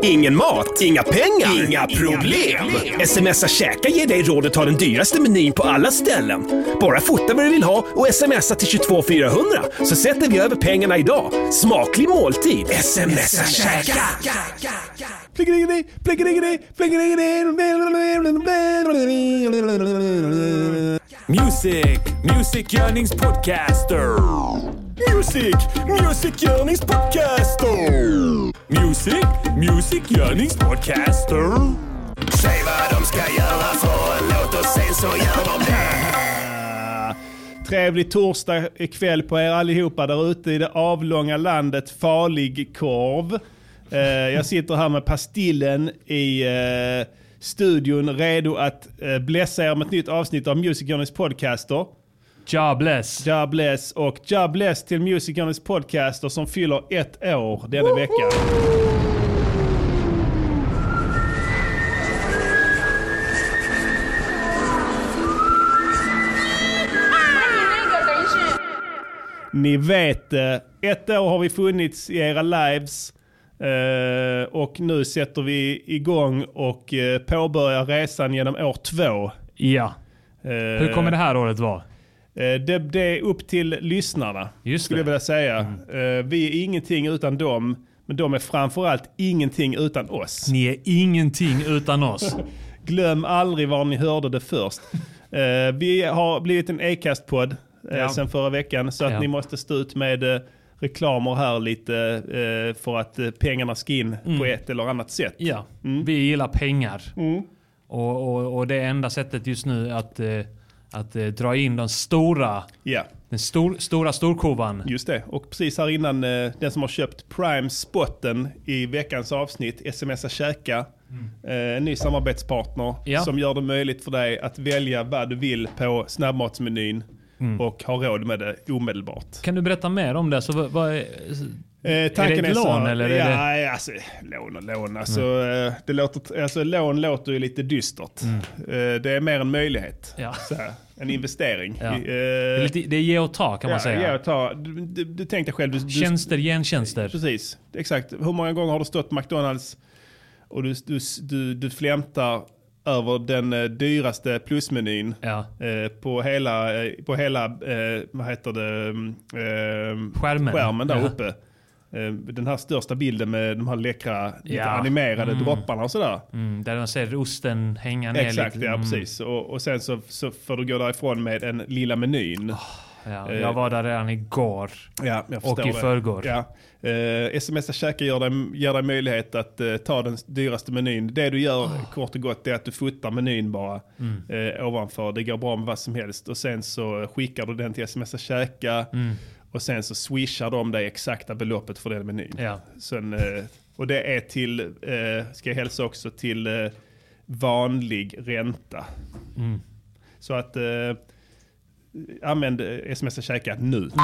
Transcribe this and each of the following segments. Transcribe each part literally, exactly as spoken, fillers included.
Ingen mat, inga pengar, inga problem. Smsa Käka ger dig råd att ta den dyraste menyn på alla ställen. Bara fota vad du vill ha och smsa till två två fyra noll noll så sätter vi över pengarna idag. Smaklig måltid. Smsa Käka. Pliggeri, pliggeri, pliggeri. Music, Music Yearnings Podcaster. Music, Music Yearnings Podcaster. Music, Music Yearnings Podcaster. Säg vad de ska göra för en låt och sen så gör de det. Trevlig torsdag ikväll på er allihopa där ute i det avlånga landet Farlig korv. Uh, jag sitter här med Pastillen i uh, studion redo att uh, blässa er om ett nytt avsnitt av Music Yearnings Podcaster. Jobless. Jobless och Jobless till Music Yearnings Podcaster som fyller ett år denna Woho! Vecka. Ni vet, ett år har vi funnits i era lives uh, och nu sätter vi igång och uh, påbörjar resan genom år två. Ja. Uh, Hur kommer det här året vara? Uh, det, det är upp till lyssnarna, Just skulle det. jag vilja säga. Mm. Uh, vi är ingenting utan dem, men de är framförallt ingenting utan oss. Ni är ingenting utan oss. Glöm aldrig var ni hörde det först. Uh, vi har blivit en Acast-podd. Ja. Sen förra veckan så att ja. Ni måste stå ut med eh, reklamer här lite eh, för att eh, pengarna ska in mm. på ett eller annat sätt. Ja, mm. vi gillar pengar. Mm. Och, och, och det enda sättet just nu att, eh, att eh, dra in de stora, ja. den stor, stora storkovan. Just det, och precis här innan eh, den som har köpt Prime-spotten i veckans avsnitt, Smsa Käka, mm. eh, en ny samarbetspartner ja. Som gör det möjligt för dig att välja vad du vill på snabbmatsmenyn. Mm. Och har råd med det omedelbart. Kan du berätta mer om det? Så vad, vad är, eh, tanken är det ett lån så, eller? Ja, är det... alltså lån och lån. Alltså, mm. det låter, alltså, lån låter ju lite dystert. Mm. Eh, det är mer en möjlighet. Ja. Så här, en investering. Ja. Eh, det, är lite, det är ge och ta kan ja, man säga. Ge och ta. Du, du, du tänkte själv. Du, tjänster, gentjänster. Precis, exakt. Hur många gånger har du stått på McDonalds och du, du, du, du flämtar över den eh, dyraste plusmenyn ja. eh, på hela, eh, på hela eh, vad heter det, eh, skärmen. skärmen där ja. uppe. Eh, den här största bilden med de här läckra ja. animerade mm. dropparna och sådär. Mm, där man ser osten hänga ner. Exakt, lite. ja Mm. precis. Och, och sen så, så får du gå därifrån med en lilla menyn. Oh. Ja, jag var där redan igår ja, jag och i det. förrgår. Ja. Eh, Smsa Käka gör dig, ger dig möjlighet att eh, ta den dyraste menyn. Det du gör oh. kort och gott är att du fotar menyn bara mm. eh, ovanför. Det går bra med vad som helst. Och sen så skickar du den till Smsa Käka mm. och sen så swishar de dig exakta beloppet för den menyn. Ja. Sen, eh, och det är till, eh, ska jag hälsa också, till eh, vanlig ränta. Mm. Så att eh, använd Smsa Käka nu. Mm.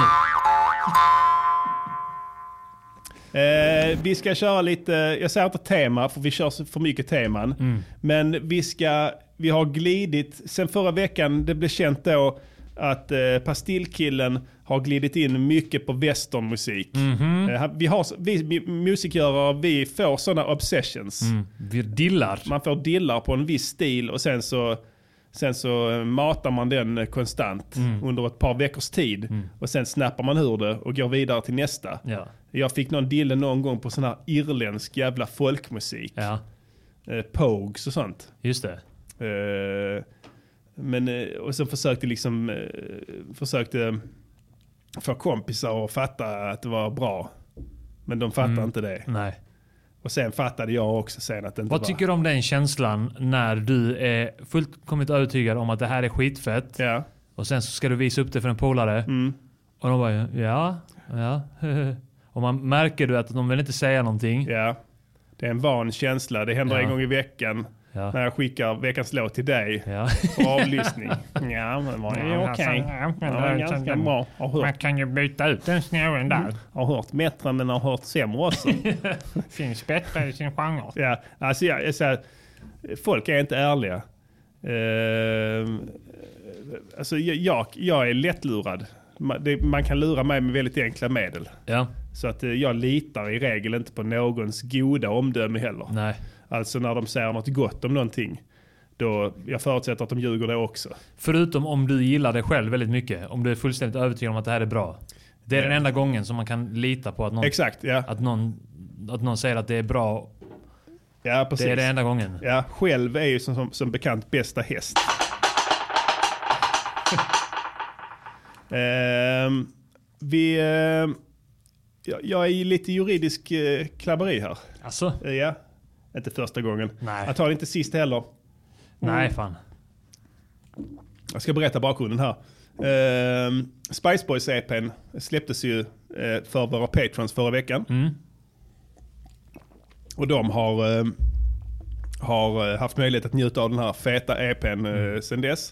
Eh, vi ska köra lite, jag säger inte tema för vi kör för mycket teman. Mm. Men vi ska, vi har glidit, sen förra veckan det blev känt då att eh, Pastillkillen har glidit in mycket på westernmusik. Mm-hmm. Eh, vi har, vi musikgörare, vi får sådana obsessions. Mm. Vi dillar. Man får dillar på en viss stil och sen så Sen så matar man den konstant mm. under ett par veckors tid. Mm. Och sen snappar man ur det och går vidare till nästa. Ja. Jag fick någon dille någon gång på sån här irländsk jävla folkmusik. Ja. Eh, Pogues och sånt. Just det. Eh, men, eh, och sen försökte liksom eh, försökte få kompisar att fatta att det var bra. Men de fattade mm. inte det. Nej. Och sen fattade jag också sen att det inte Vad var. tycker du om den känslan när du är fullkomligt övertygad om att det här är skitfett? Ja. Och sen så ska du visa upp det för en polare. Mm. Och de bara, ja, ja. Och man märker du att de vill inte säga någonting. Ja, det är en van känsla. Det händer ja. en gång i veckan. Ja. När jag skickar veckans låt till dig ja. för avlyssning. Ja, men var det ja, okej. Okay. Ja, ganska bra. Man kan ju byta ut den snören där. Mm. Har hört bättre men har hört sämre också. Finns bättre i sin genre. Ja, alltså jag, jag säger, folk är inte ärliga. Uh, alltså jag, jag är lättlurad. Man, det, man kan lura mig med väldigt enkla medel. Ja. Så att eh, jag litar i regel inte på någons goda omdöme heller. Nej. Alltså när de säger något gott om någonting. Då jag förutsätter att de ljuger det också. Förutom om du gillar det själv väldigt mycket. Om du är fullständigt övertygad om att det här är bra. Det är ja. den enda gången som man kan lita på att någon, Exakt, ja. att någon, att någon säger att det är bra. Ja, precis. Det är det enda gången. Ja, själv är ju som, som, som bekant bästa häst. uh, vi, uh, jag, jag är i lite juridisk uh, klabberi här. Alltså? Uh, ja, inte första gången. Nej. Jag tar det inte sist heller. Mm. Nej, fan. Jag ska berätta bakgrunden här. Uh, Spice Boys-E P:n släpptes ju uh, för våra patrons förra veckan. Mm. Och de har, uh, har haft möjlighet att njuta av den här feta E P:n uh, mm. sedan dess.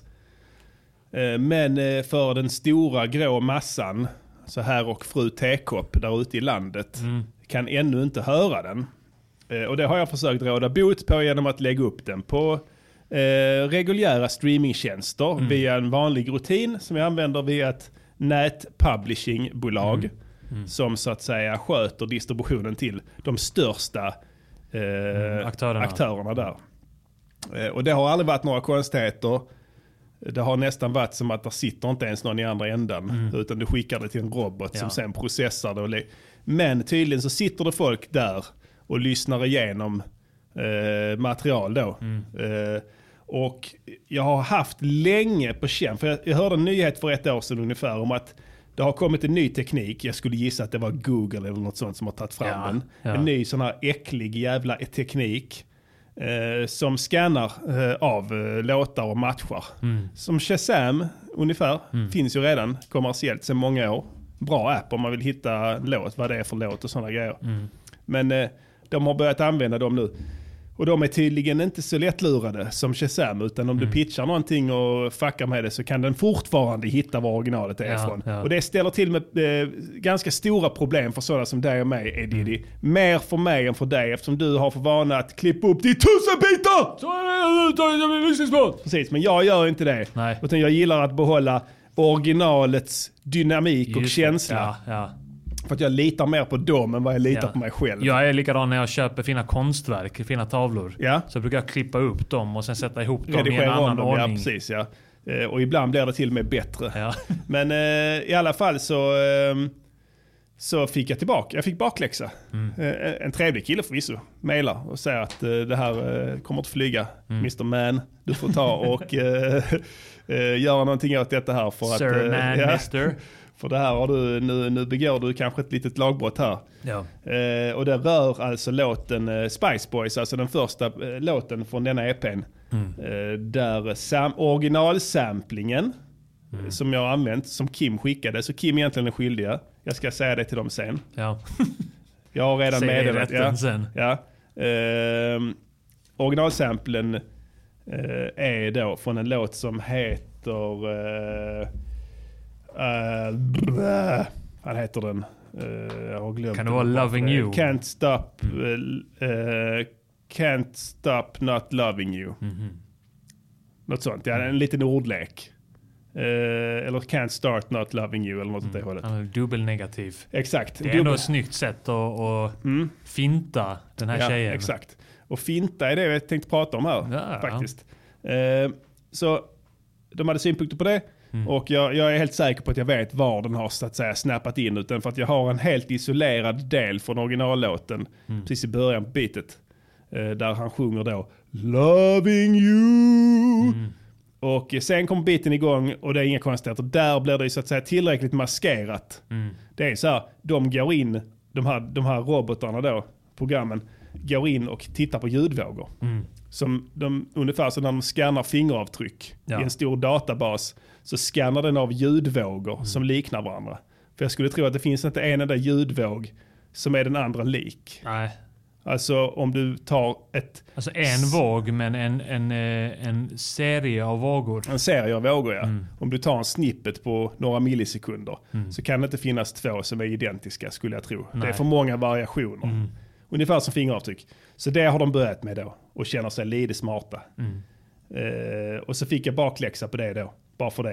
Uh, men uh, för den stora grå massan, så här och fru Tekopp där ute i landet, mm. kan ännu inte höra den. Uh, och det har jag försökt råda bot på genom att lägga upp den på Eh, reguljära streamingtjänster mm. via en vanlig rutin som jag använder via ett nätpublishingbolag mm. mm. som så att säga sköter distributionen till de största eh, mm, aktörerna. aktörerna där. Eh, och det har aldrig varit några konstigheter. Det har nästan varit som att det sitter inte ens någon i andra änden mm. utan du skickar det till en robot ja. som sen processar det. Och le- Men tydligen så sitter det folk där och lyssnar igenom eh, material då. Mm. Eh, Och jag har haft länge på känn, för jag, jag hörde en nyhet för ett år sedan ungefär om att det har kommit en ny teknik. Jag skulle gissa att det var Google eller något sånt som har tagit fram ja, den. Ja. En ny sån här äcklig jävla teknik eh, som scannar eh, av eh, låtar och matcher. Mm. Som Shazam ungefär, mm. finns ju redan kommersiellt sedan många år. Bra app om man vill hitta en låt, vad det är för låt och sådana grejer. Mm. Men eh, de har börjat använda dem nu. Och de är tydligen inte så lättlurade som Shazam, utan om mm. du pitchar någonting och fuckar med det så kan den fortfarande hitta var originalet är ja, ifrån. Ja. Och det ställer till med eh, ganska stora problem för sådana som dig och mig, Eddie. Mm. Mer för mig än för dig, eftersom du har för vana att klippa upp det i tusen bitar! Så är det lyssningsbart! Precis, men jag gör inte det. Nej. Utan jag gillar att behålla originalets dynamik och Just känsla. Ja, ja. För att jag litar mer på dem än vad jag litar ja. på mig själv. Jag är likadan när jag köper fina konstverk, fina tavlor. Ja. Så brukar jag klippa upp dem och sen sätta ihop dem Redigera i en annan dem, ordning. Ja, precis, ja. Eh, och ibland blir det till och med bättre. Ja. Men eh, i alla fall så, eh, så fick jag tillbaka. Jag fick bakläxa. Mm. Eh, en trevlig kille förvisso. Mailar och säger att eh, det här eh, kommer att flyga. Mm. mister Man, du får ta och eh, eh, göra någonting åt detta här. För Sir att, eh, man, ja. mister. För det här har du, nu, nu begår du kanske ett litet lagbrott här. Ja. Eh, och det rör alltså låten eh, Spice Boys, alltså den första eh, låten från denna E P:n. Mm. Eh, där sam- originalsamplingen mm. som jag har använt, som Kim skickade, så Kim egentligen är skyldiga. Jag ska säga det till dem sen. Ja. Jag har redan meddelat. Ja, sen. Ja. Eh, originalsamplen eh, är då från en låt som heter... Eh, Uh, brr, vad heter den? Uh, jag har glömt. Kan det vara Loving You? Can't stop, uh, uh, can't stop not loving you. Mm-hmm. Något sånt. Ja, en liten ordlek. Uh, eller Can't start not loving you eller något åt mm. det hållet. Han är dubbelnegativ. Exakt. Det är Dubbel... ändå ett snyggt sätt att, att mm. finta den här ja, tjejen. Exakt. Och finta är det jag tänkte prata om här ja, faktiskt. Ja. Uh, så de hade synpunkter på det. Mm. Och jag, jag är helt säker på att jag vet var den har så att säga snappat in, utan för att jag har en helt isolerad del från originallåten mm. precis i början på beatet eh, där han sjunger då Loving you mm. och sen kommer beaten igång och det är inga konstigheter. Där blir det så att säga tillräckligt maskerat. Mm. Det är så här, de går in, de här, de här robotarna då, programmen går in och tittar på ljudvågor. Mm. Som de, ungefär som när de scannar fingeravtryck ja. i en stor databas, så scannar den av ljudvågor mm. som liknar varandra. För jag skulle tro att det finns inte en enda ljudvåg som är den andra lik. Nej. Alltså om du tar ett... Alltså en s- våg men en, en, en serie av vågor. En serie av vågor, ja. Mm. Om du tar en snippet på några millisekunder mm. så kan det inte finnas två som är identiska, skulle jag tro. Nej. Det är för många variationer. Mm. Ungefär som fingeravtryck. Så det har de börjat med då. Och känner sig lite smarta. Mm. Uh, och så fick jag bakläxa på det då. Bara för det.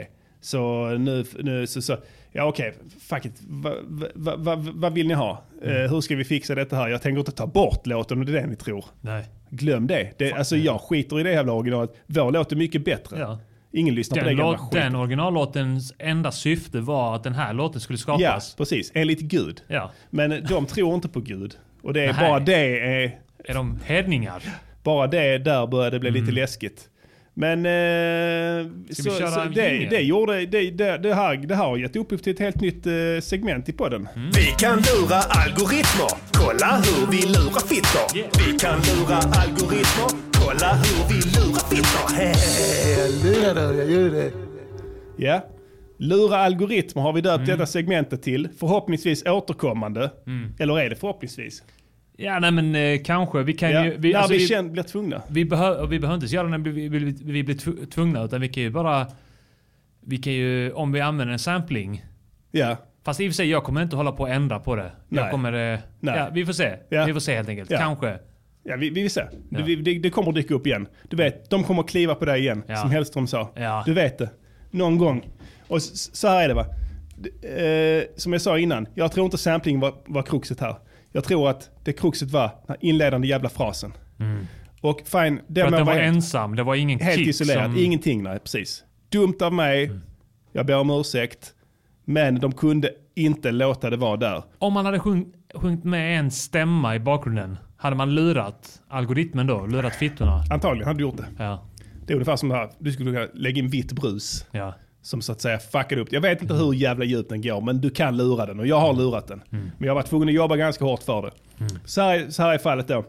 Så nu, nu så, så ja okej, okay, fuck it. Vad va, va, va, va vill ni ha? Mm. Uh, hur ska vi fixa detta här? Jag tänker inte ta bort låten om det är det ni tror. Nej. Glöm det. det alltså jag skiter i det jävla originalet. Vår låt är mycket bättre. Ja. Ingen lyssnar den på det gamla låt, skiten. Den originallåtens enda syfte var att den här låten skulle skapas. Ja, precis. Enligt Gud. Ja. Men de tror inte på Gud. Och det är Nej. bara det är... Är de hedningar? Bara det där började det bli mm. lite läskigt. Men eh, så, så det, det gjorde det, det, det, här, det här har gett upphov till ett helt nytt eh, segment i podden. Mm. Vi kan lura algoritmer. Kolla hur vi lurar fittor. Yeah. Vi kan lura algoritmer. Kolla hur vi lurar fittor. Jag lurar då, jag gör det. Ja. Lura algoritmer har vi döpt mm. detta segmentet till. Förhoppningsvis återkommande. Mm. Eller är det förhoppningsvis? Ja, nej men eh, kanske. Vi kan ja, ju... Vi, när alltså, vi, vi känner, blir tvungna. Vi, behö, vi behöver inte göra det när vi, vi, vi, vi blir tvungna. Utan vi kan ju bara... Vi kan ju... Om vi använder en sampling... Ja. Fast i och för sig, jag kommer inte hålla på att ändra på det. Nej. Jag kommer... Eh, nej. Ja, vi får se. Ja. Vi får se helt enkelt. Ja. Kanske. Ja, vi, vi vill se. Ja. Det, det, det kommer att dyka upp igen. Du vet, de kommer att kliva på det igen. Ja. Som Hellström sa. Ja. Du vet det. Någon gång. Och så, så här är det va. Eh, som jag sa innan. Jag tror inte sampling var, var kruxet här. Jag tror att det kruxet var den inledande jävla frasen. Mm. Och fine. Det För att den var helt, ensam. Det var ingen helt kick isolerad. Som... Ingenting, nej. Precis. Dumt av mig. Mm. Jag ber om ursäkt. Men de kunde inte låta det vara där. Om man hade sjung, sjungit med en stämma i bakgrunden, hade man lurat algoritmen då? Lurat fittorna? Antagligen hade du gjort det. Ja. Det är ungefär som det här. Du skulle kunna lägga in vitt brus. Ja. Som så att säga fuckade upp. Jag vet inte hur jävla djupt den går, men du kan lura den. Och jag har lurat den. Mm. Men jag var tvungen att jobba ganska hårt för det. Mm. Så, här, så här är fallet då.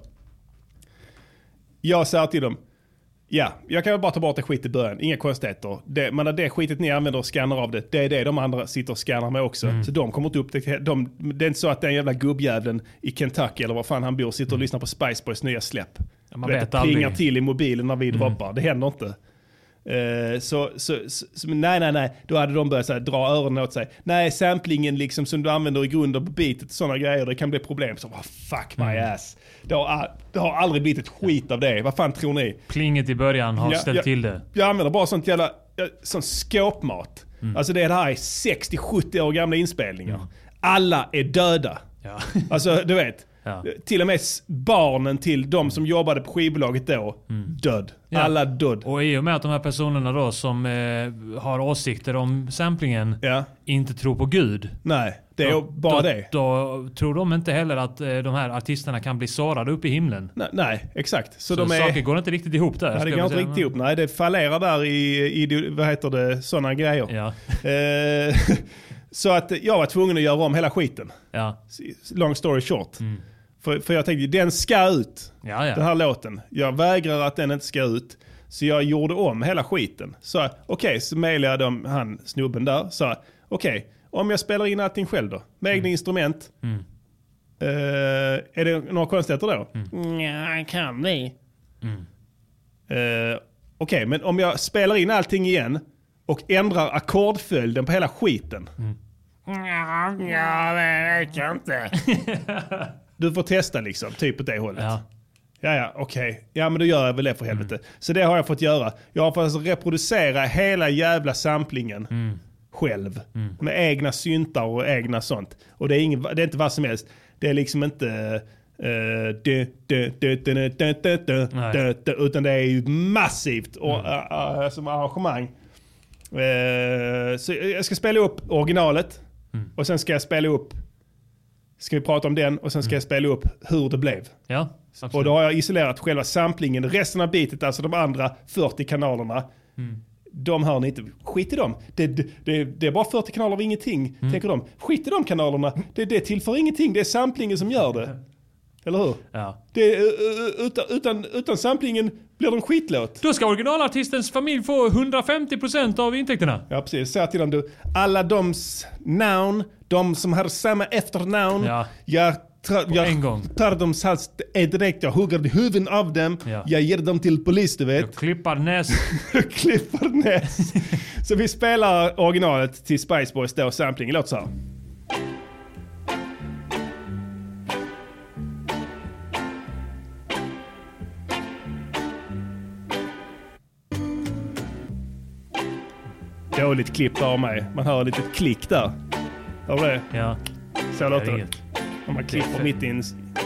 Jag säger till dem. Ja, jag kan väl bara ta bort det skit i början. Inga konstigheter. Det, men det skitet ni använder och scannar av det, det är det de andra sitter och scannar med också. Mm. Så de kommer inte upp det. De, det är inte så att den jävla gubbjäveln i Kentucky eller var fan han bor sitter och lyssnar på Spice Boys nya släpp. Ja, man vet, vet det plingar till i mobilen när vi mm. droppar. Det händer inte. Uh, så, så, så, så nej, nej, nej. Då hade de börjat så här, dra öronen åt sig. Nej, samplingen liksom som du använder i grunden på beatet och sådana grejer, det kan bli problem. Så, oh, fuck my mm. ass. Det har, det har aldrig blivit ett skit av det. Vad fan tror ni? Plinget i början har ja, ställt jag, till det. Jag använder bara sånt jävla, sån skåpmat. Mm. Alltså det här är sextio sjuttio år gamla inspelningar. Mm. Alla är döda. Ja. Alltså du vet. Ja. Till och med barnen till de som jobbade på skivbolaget då, mm. död. Ja. Alla död. Och i och med att de här personerna då som eh, har åsikter om samplingen ja. inte tror på Gud. Nej, det är då, bara då, det. Då tror de inte heller att eh, de här artisterna kan bli sårade upp i himlen. Nej, nej exakt. Så, så de är, saker går inte riktigt ihop där. Nej, det går inte riktigt ihop. Nej, det fallerar där i, i vad heter det, sådana grejer. Ja. Eh, så att jag var tvungen att göra om hela skiten. Ja. Long story short. Mm. För, för jag tänkte, den ska ut. Ja, ja. Den här låten. Jag vägrar att den inte ska ut. Så jag gjorde om hela skiten. Så okej, okay, så mejlade jag han snubben där. Så okej, okay, om jag spelar in allting själv då. Med mm. egna instrument. Mm. Uh, är det några konstigheter då? Mm. Ja, kan vi. Mm. Uh, okej, okay, men om jag spelar in allting igen. Och ändrar ackordföljden på hela skiten. Mm. Ja, ja, det vet jag inte. Du får testa liksom, typ åt det hållet. Ja, ja, ja okej. Okay. Ja, men då gör jag väl det för helvete. Mm. Så det har jag fått göra. Jag har fått alltså reproducera hela jävla samplingen mm. själv. Mm. Med egna syntar och egna sånt. Och det är, ingen, det är inte vad som helst. Det är liksom inte... Uh, du, du, du, du, du, du, du, du, du, utan det är ju massivt och, mm. uh, uh, som arrangemang. Uh, så jag ska spela upp originalet. Mm. Och sen ska jag spela upp... Ska vi prata om den och sen ska mm. jag spela upp hur det blev. Ja, absolut. Och då har jag isolerat själva samplingen. Resten av bitet, alltså de andra fyrtio kanalerna. Mm. De hör ni inte. Skit i dem. Det, det, det, det är bara fyrtio kanaler av ingenting, mm. tänker de. Skit i de kanalerna. Det, det tillför ingenting. Det är samplingen som gör det. Eller hur? Ja. Det, utan, utan, utan samplingen blir det en skitlåt. Då ska originalartistens familj få hundrafemtio procent av intäkterna. Ja, precis. Säg till dem du. Alla doms namn, de som har samma efternamn. Ja. Jag, tra- jag en gång. tar dem hals direkt. Jag hugger huvuden av dem. Ja. Jag ger dem till polis, du vet. Jag klippar näs. klippar näs. Så vi spelar originalet till Spice Boys då. Samplingen låter så här. dåligt klipp där av mig. Man hör ett litet klick där. Hör du det? Ja. Så låter det. Inget. Om man klipper mitt i en...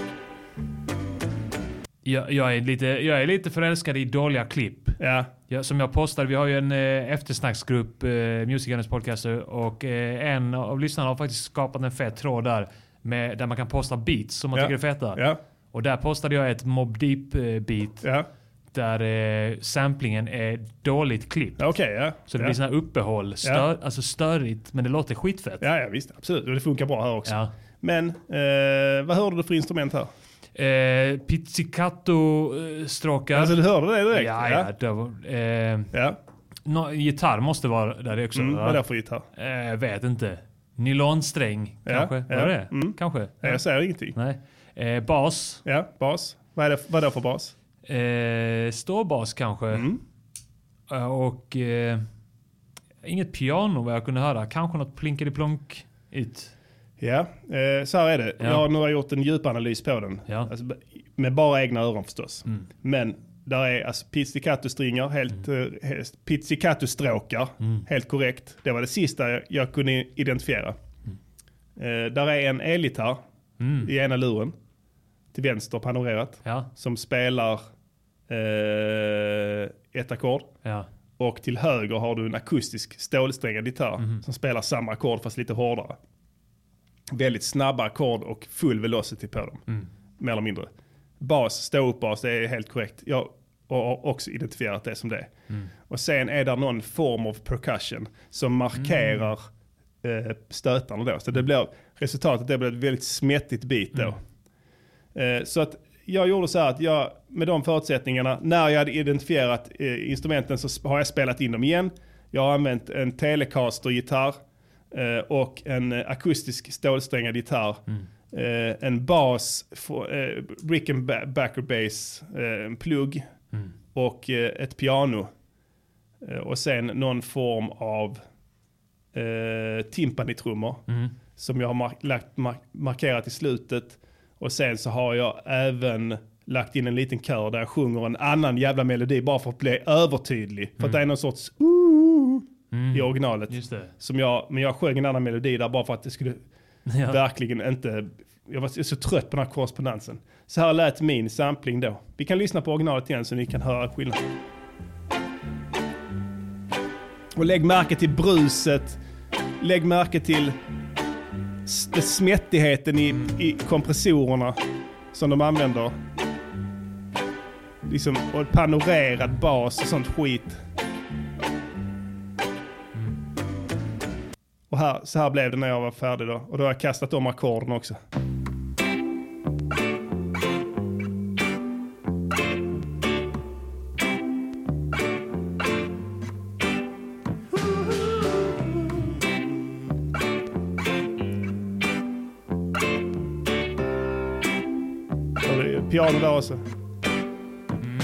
Jag, jag, är lite, jag är lite förälskad i dåliga klipp. Ja. Ja, som jag postade, vi har ju en eh, eftersnacksgrupp, eh, Music Gunners podcaster, och eh, en av lyssnarna har faktiskt skapat en fet tråd där med, där man kan posta beats som man Ja. tycker är feta. Ja. Och där postade jag ett Mobb Deep eh, beat Ja. där eh, samplingen är dåligt klippt. Okej, okay, ja. Så det ja. blir sådana här uppehåll, stör, alltså störigt, men det låter skitfett. Ja, ja, visst. Absolut. Och det funkar bra här också. Ja. Men, eh, vad hörde du för instrument här? Eh, pizzicato-stråkar. Alltså du hörde det direkt? Ja, ja. Det var, eh, ja. no, gitarr måste vara där också. Mm, va? vad är det för gitarr? Eh, vet inte. Nylonsträng Ja, kanske? ja, Var det? mm. Kanske? Ja, jag säger ingenting. Nej. Eh, bas. Ja, bas. Vad är det, vad är det för bas? Eh, ståbas kanske. Mm. Eh, och eh, inget piano vad jag kunde höra. Kanske något plinkeliplonk ut. Ja, eh, så här är det. Ja. Jag har nu gjort en djupanalys på den. Ja. Alltså, med bara egna öron förstås. Mm. Men där är alltså pizzicato-stringar, helt, Mm. eh, helt pizzicato-stråkar, Mm. helt korrekt. Det var det sista jag, jag kunde identifiera. Mm. Eh, där är en elgitarr Mm. i ena luren, till vänster panorerat, Ja. som spelar eh, ett ackord. Ja. Och till höger har du en akustisk stålsträngad gitarr Mm. som spelar samma ackord fast lite hårdare. Väldigt snabba ackord och full velocity på dem. Mm. Mer eller mindre. Bas, stå-upp-bas, det är helt korrekt. Jag har också identifierat det som det. Mm. Och sen är det någon form av percussion som markerar mm. eh, stötarna då. Så det blir, resultatet det blir ett väldigt smättigt bit då. Mm. Eh, så att jag gjorde så här att jag, med de förutsättningarna, när jag hade identifierat eh, instrumenten så har jag spelat in dem igen. Jag har använt en Telecaster-gitarr eh, och en eh, akustisk stålsträngad gitarr. Mm. Eh, en bas, for, eh, Rickenbacker bass, eh, en plugg mm. och eh, ett piano. Eh, och sen någon form av eh, timpanitrummor mm. som jag har mark- lagt, mark- markerat i slutet. Och sen så har jag även lagt in en liten kör där jag sjunger en annan jävla melodi bara för att bli övertydlig. Mm. För att det är någon sorts uh, mm. i originalet. Just det. Som jag, men jag sjöng en annan melodi där bara för att det skulle ja. verkligen inte... Jag var så trött på den här korrespondensen. Så här lät min sampling då. Vi kan lyssna på originalet igen så ni kan höra skillnaden. Och lägg märke till bruset. Lägg märke till smättigheten i, i kompressorerna som de använder. Liksom, och panorerad bas och sånt skit. Och här, så här blev det när jag var färdig då. Och då har jag kastat om ackorden också. Piano där också. Mm.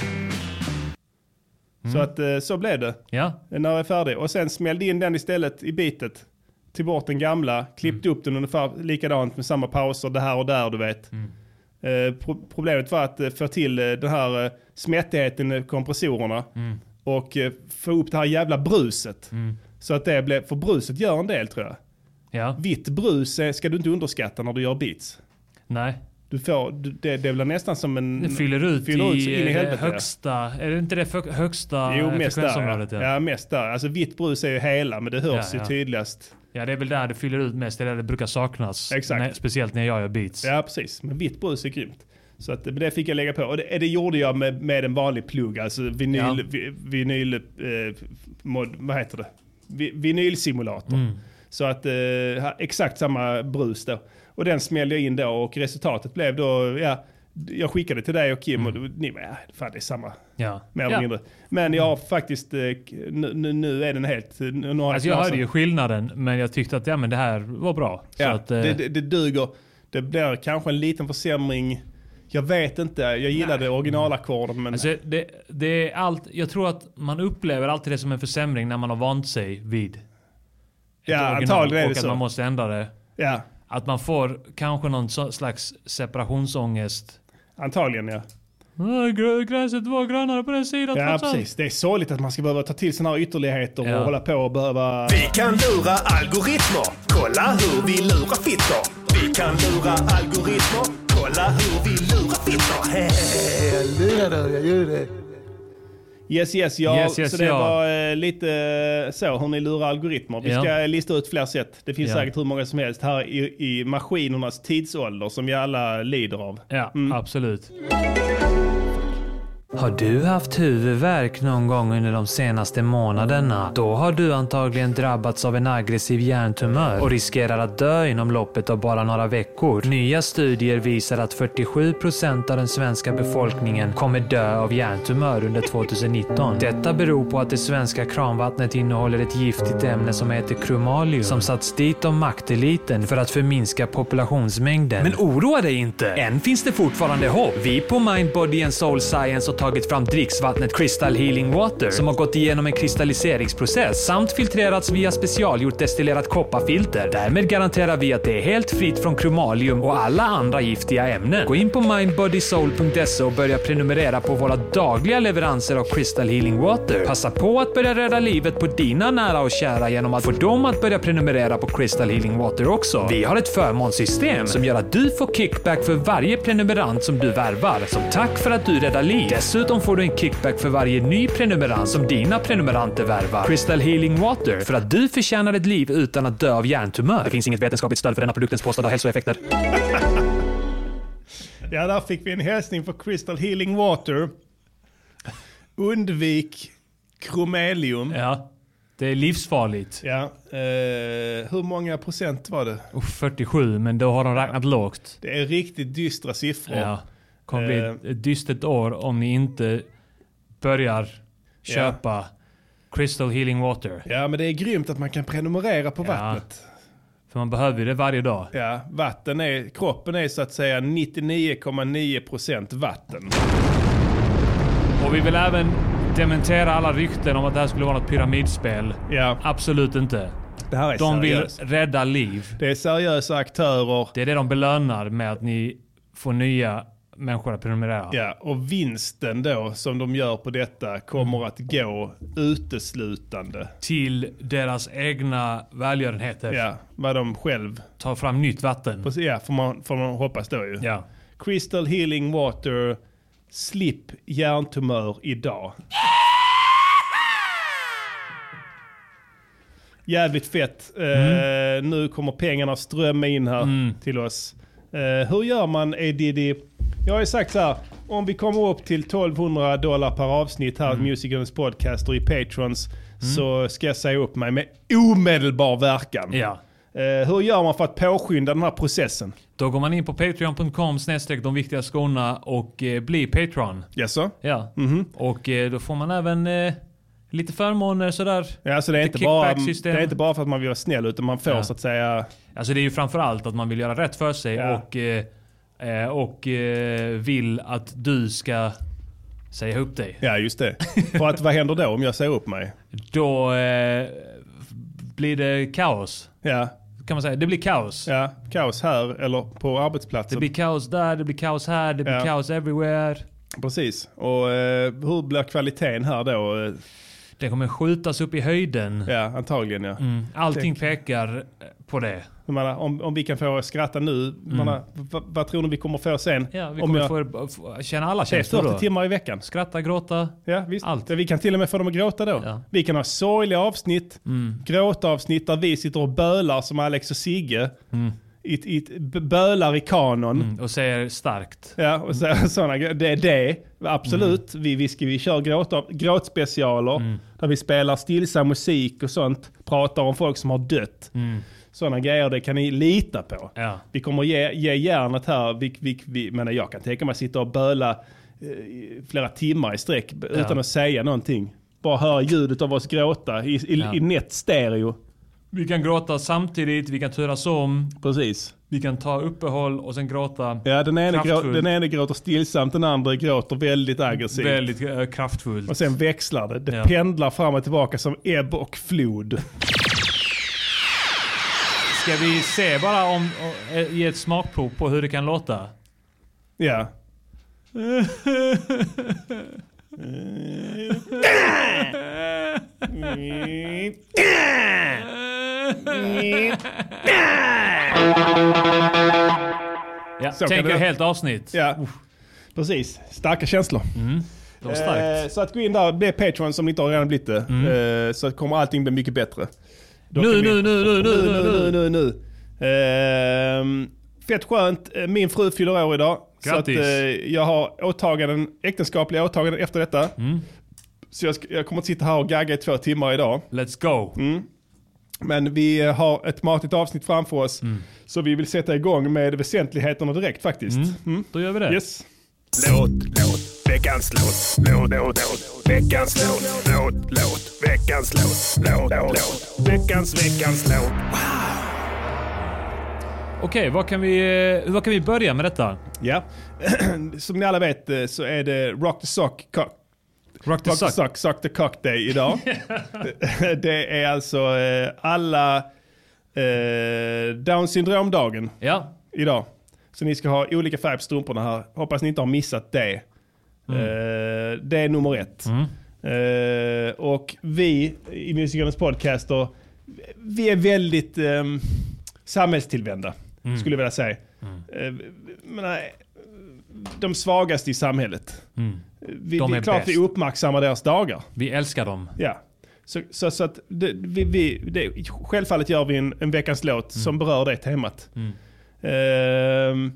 Så att så blev det. Ja. När jag är färdig. Och sen smällde in den istället i bitet. Till bort den gamla. Klippte mm. upp den ungefär likadant med samma pauser. Det här och där du vet. Mm. Eh, pro- problemet var att eh, få till eh, den här eh, smättigheten i kompressorerna. Mm. Och eh, få upp det här jävla bruset. Mm. Så att det blev, för bruset gör en del tror jag. Ja. Vitt brus eh, ska du inte underskatta när du gör beats. Nej. Du får, det, det blir nästan som en... Det fyller ut fyller i, ut in i helvete, högsta... Är det inte det för, högsta jo, mest frekvensområdet? Där, ja. ja, mest där. Alltså vitt brus är ju hela, men det hörs ja, ja. ju tydligast. Ja, det är väl där det fyller ut mest. Det är där det brukar saknas. Exakt. När, speciellt när jag gör beats. Ja, precis. Men vitt brus är grymt. Så att, det fick jag lägga på. Och det, det gjorde jag med, med en vanlig plugg. Alltså vinyl... Ja. Vi, vinyl eh, mod, vad heter det? Vi, vinylsimulator. Mm. Så att eh, exakt samma brus då. Och den smällde jag in då och resultatet blev då, ja, jag skickade till dig och Kim mm. och ni bara, ja, fan det är samma. Ja. Mer eller ja. mindre. Men jag har faktiskt, nu, nu är den helt... Nu har alltså jag hörde ju skillnaden, men jag tyckte att ja, men det här var bra. Så ja, att, det, det, det duger. Det blir kanske en liten försämring. Jag vet inte, jag gillade originalackorden. Men... Alltså det, det är allt, jag tror att man upplever alltid det som en försämring när man har vant sig vid ja, antagligen är det och så. Att man måste ändra det. Ja. Att man får kanske någon slags separationsångest. Antagligen, ja. Gräset var grönare på den sidan. Ja, precis. Det är sorgligt att man ska behöva ta till såna här ytterligheter ja. och hålla på och behöva... Vi kan lura algoritmer. Kolla hur vi lurar fittor. Vi kan lura algoritmer. Kolla hur vi lurar fittor. Hey, jag lurar då, jag gör det. Yes, yes, ja. Yes, yes, så det ja. var eh, lite eh, så hur ni lurar algoritmer. Vi ja. ska lista ut fler sätt. Det finns ja. säkert hur många som helst här i, i maskinernas tidsålder som vi alla lider av. Ja, mm. absolut. Har du haft huvudvärk någon gång under de senaste månaderna? Då har du antagligen drabbats av en aggressiv hjärntumör och riskerar att dö inom loppet av bara några veckor. Nya studier visar att fyrtiosju procent av den svenska befolkningen kommer dö av hjärntumör under tjugonitton. Detta beror på att det svenska kranvattnet innehåller ett giftigt ämne som heter kromalium som satts dit av makteliten för att förminska populationsmängden. Men oroa dig inte! Än finns det fortfarande hopp. Vi på Mind, Body and Soul Science och tagit fram dricksvattnet Crystal Healing Water som har gått igenom en kristalliseringsprocess samt filtrerats via specialgjort destillerat kopparfilter. Därmed garanterar vi att det är helt fritt från kromalium och alla andra giftiga ämnen. Gå in på mind body soul punkt se och börja prenumerera på våra dagliga leveranser av Crystal Healing Water. Passa på att börja rädda livet på dina nära och kära genom att få dem att börja prenumerera på Crystal Healing Water också. Vi har ett förmånssystem som gör att du får kickback för varje prenumerant som du värvar. Som tack för att du räddar liv. Dessutom får du en kickback för varje ny prenumerant som dina prenumeranter värvar. Crystal Healing Water, för att du förtjänar ett liv utan att dö av hjärntumör. Det finns inget vetenskapligt stöd för denna produktens påstådda hälsoeffekter. Ja, där fick vi en hälsning för Crystal Healing Water. Undvik kromalium. Ja, det är livsfarligt. Ja, eh, hur många procent var det? Oh, fyrtiosju, men då har de räknat lågt. Det är riktigt dystra siffror. Ja. Kommer bli ett, ett dystert år om ni inte börjar köpa ja. Crystal Healing Water. Ja, men det är grymt att man kan prenumerera på ja. vattnet. För man behöver det varje dag. Ja, vatten är, kroppen är så att säga nittionio komma nio procent vatten. Och vi vill även dementera alla rykten om att det här skulle vara något pyramidspel. Ja. Absolut inte. Det här är de seriöst. Vill rädda liv. Det är seriösa aktörer. Det är det de belönar med att ni får nya människor att prenumerera. Ja, och vinsten då som de gör på detta kommer mm. att gå uteslutande till deras egna välgörenheter. Ja, vad de själv tar fram nytt vatten. Precis, ja, får man, får man hoppas då ju. Ja. Crystal Healing Water, slipp hjärntumör idag. Jävligt fett. Mm. Uh, nu kommer pengarna strömma in här mm. till oss. Uh, hur gör man, Edidi? Jag har ju sagt så här, om vi kommer upp till tolvhundra dollar per avsnitt här, mm. Music Gunners Podcast och i Patrons, mm. så ska jag säga upp mig med omedelbar verkan. Ja. Uh, hur gör man för att påskynda den här processen? Då går man in på patreon punkt com snedstreck de viktiga skorna och eh, blir Patreon. Jaså? Ja. Mm-hmm. Och eh, då får man även eh, lite förmåner sådär. Ja, så det är, inte bara, det är inte bara för att man vill vara snäll, utan man får ja. så att säga... Alltså det är ju framförallt att man vill göra rätt för sig ja. och... Eh, och eh, vill att du ska säga upp dig. Ja, just det. För att vad händer då om jag säger upp mig? Då eh, blir det kaos. Ja. Kan man säga. Det blir kaos. Ja, kaos här eller på arbetsplatsen. Det blir kaos där, det blir kaos här, det blir ja. kaos everywhere. Precis. Och eh, hur blir kvaliteten här då? Det kommer skjutas upp i höjden. Ja, antagligen ja. Mm. Allting Tänk. pekar på det. Menar, om, om vi kan få skratta nu, mm. menar, vad, vad tror ni vi kommer få sen? Ja, vi om kommer jag, få, få känna alla känslor då. fyrtio timmar i veckan. Skratta, gråta, ja, visst. allt. Ja, vi kan till och med få dem att gråta då. Ja. Vi kan ha sorgliga avsnitt, mm. gråtavsnitt där vi sitter och bölar som Alex och Sigge. Mm. I, i, bölar i kanon. Mm. Och säger starkt. Ja, och så, såna, det är det. Absolut. Mm. Vi, vi, ska, vi kör gråt, gråtspecialer mm. där vi spelar stillsam musik och sånt. Pratar om folk som har dött. Mm. Sådana grejer, det kan ni lita på. Ja. Vi kommer ge, ge järnet här. Vi, vi, vi, men jag kan tänka mig att sitta och böla eh, flera timmar i sträck ja. utan att säga någonting. Bara höra ljudet av oss gråta i, i, ja. i nät stereo. Vi kan gråta samtidigt, vi kan turas om. Precis. Vi kan ta uppehåll och sen gråta ja, den ena, grå, den ena gråter stillsamt, den andra gråter väldigt aggressivt. Väldigt äh, kraftfullt. Och sen växlar det. Det ja. pendlar fram och tillbaka som ebb och flod. Ska vi se bara om, ge ett smakprov på hur det kan låta? Ja. Ja, Så tänker det... helt avsnitt. Ja, uh. precis. Starka känslor. Mm. De är eh, så att gå in där, bli Patreon som inte har redan blivit det. Mm. Eh, så att kommer allting bli mycket bättre. Nu, nu, nu, nu, nu, nu, nu, nu, nu, nu. Eh, fett skönt. Min fru fyller år idag. Grattis. Så att eh, jag har åtaganden, äktenskapliga åtaganden efter detta. Mm. Så jag, ska, jag kommer att sitta här och gagga i två timmar idag. Let's go. Mm. Men vi har ett matigt avsnitt framför oss. Mm. Så vi vill sätta igång med väsentligheterna direkt faktiskt. Mm. Mm. Då gör vi det. Yes. Låt, låt, veckans låt, låt, låt, låt, veckans låt, låt, låt, veckans låt, låt, låt, veckans, veckans låt. Wow. Okej, vad kan vi, vad kan vi börja med detta? Ja, som ni alla vet så är det Rock the Sock Cock. Rock the Rock Sock. the Sock, Sock the Cock Day idag. Det är alltså alla eh, Down syndromdagen Ja. idag. Så ni ska ha olika färg på strumporna här. Hoppas ni inte har missat det. Mm. Eh, det är nummer ett. Mm. Eh, och vi i Musikernas podcaster, vi är väldigt eh, samhällstillvända, mm. skulle jag vilja säga. Mm. Eh, men, de svagaste i samhället. Mm. Vi, de det är, är klart bäst. vi uppmärksammar deras dagar. Vi älskar dem. Ja. Så, så, så att det, vi, vi, det, självfallet gör vi en, en veckans låt mm. som berör det temat. Mm. Uh,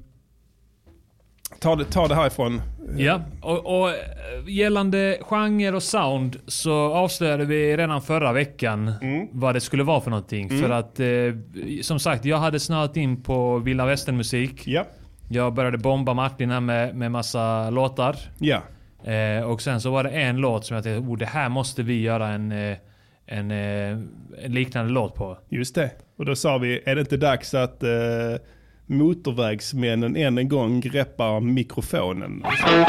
ta, det, ta det härifrån. Ja, och, och gällande genre och sound så avslöjade vi redan förra veckan mm. vad det skulle vara för någonting. Mm. För att, eh, som sagt, jag hade snöat in på Vilda Västern-musik. Ja. Jag började bomba Martin här med, med massa låtar. Ja. Eh, och sen så var det en låt som jag tänkte, oh, det här måste vi göra en, en, en, en liknande låt på. Just det. Och då sa vi, är det inte dags att eh, motorvägsmännen än en gång greppar mikrofonen?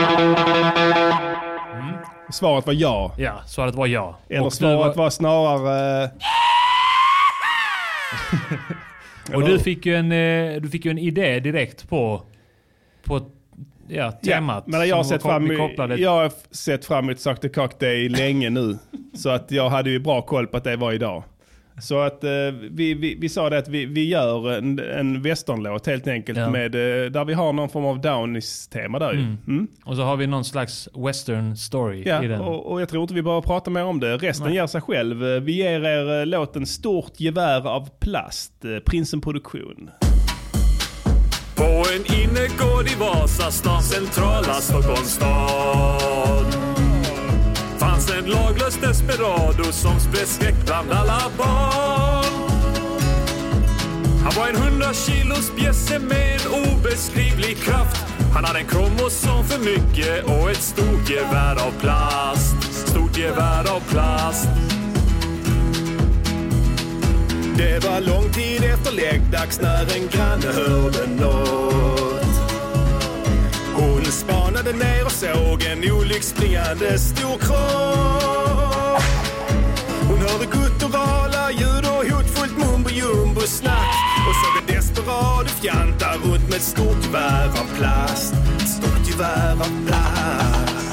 Mm. Svaret var ja. Ja, svaret var ja. Eller och svaret var... var snarare... Och du fick ju en, du fick ju en idé direkt på, på ja, temat. Ja, men jag har, sett fram, jag har sett fram emot Sock the Cock Day länge nu. Så att jag hade ju bra koll på att det var idag. Så att eh, vi, vi, vi sa det att vi, vi gör en, en westernlåt helt enkelt. Ja. Med, eh, där vi har någon form av Downies-tema där ju. Mm. Mm. Och så har vi någon slags western story ja, i den. Och, och jag tror inte vi behöver prata mer om det. Resten Nej. ger sig själv. Vi ger er låten Stort gevär av plast. Prinsen Produktion. På en innergård i Vasastan, centrala Stockholms stad, fanns en laglös desperado som spred skräck bland alla barn. Han var en hundra kilos bjässe med en obeskrivlig kraft. Han hade en kromosom för mycket och ett stort gevär av plast. Stort gevär av plast. Det var lång tid efter läggdags när en granne hörde något. Hon spanade ner och såg en olycksspringande stor kropp. Hon hörde gutturala ljud och hotfullt mumbo-jumbo-snack och såg en desperado fjanta runt med ett stort gevär av plast. Ett stort gevär av plast.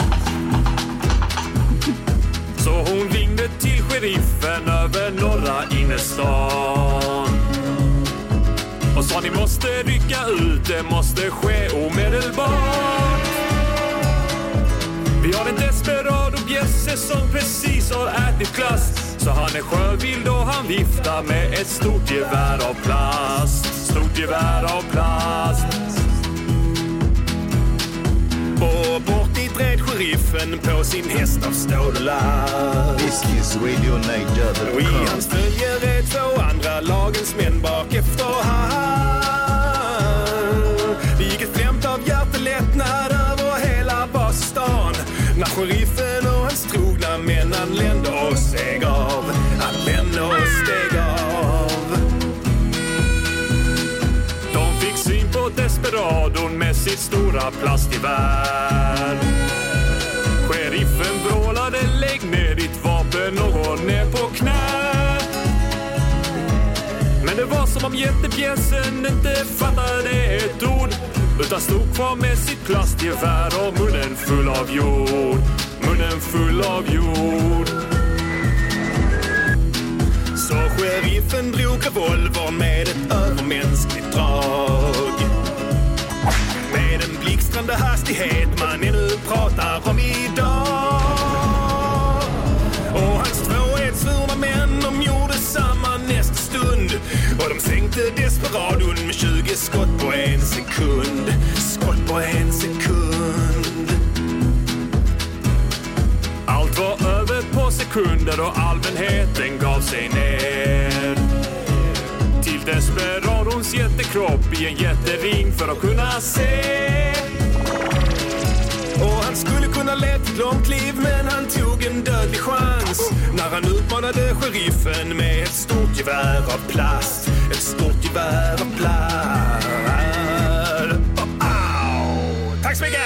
Så hon ringde till sheriffen över norra innerstan och sa ni måste rycka ut, det måste ske omedelbart. Vi har en desperado bjässe som precis har ätit klass, så han är sjövild och han viftar med ett stort gevär av plast. Stort gevär av plast. Och bort dit red sheriffen på sin häst av stål och larm. This is Radio Niger. Och i hans följe red två andra lagens män bak efter han. Det gick ett flämt av hjärtelättnad över hela Vasastan när sheriffen och hans trogna män anlände och steg av. Anlände och steg av. De fick syn på desperadon med sitt stora plastgevär. Sheriffen vrålade, lägg ner ditt vapen och gå ner på knä. Men det var som om jättepjäsen inte fattade ett ord. utan stod kvar med sitt plastgevär och munnen full av jord. Munnen full av jord. Så sheriffen drog revolvern med ett övermänskligt drag. Med en blixtrande hastighet man ännu pratar om idag. Och hans två edsvurna män, de gjorde samma nästa stund. Och de sänkte desperadon med tjugo skott på en sekund. Skott på en sekund. Allt var över på sekunder och allmänheten gav sig ner till desperadons jättekropp i en jättering för att kunna se. Och han skulle kunna leva ett långt liv, men han tog en dödlig chans när han utmanade sheriffen med ett stort gevär av plast. Ett stort gevär av plast. Oh, oh. Tack så mycket!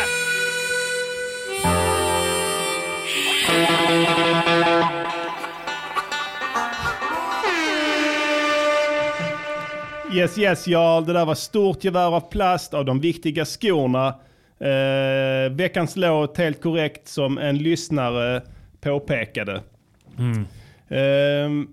Yes, yes, ja. Det där var stort gevär av plast av de viktiga skorna. Eh, veckans låt helt korrekt som en lyssnare påpekade. Mm. Eh,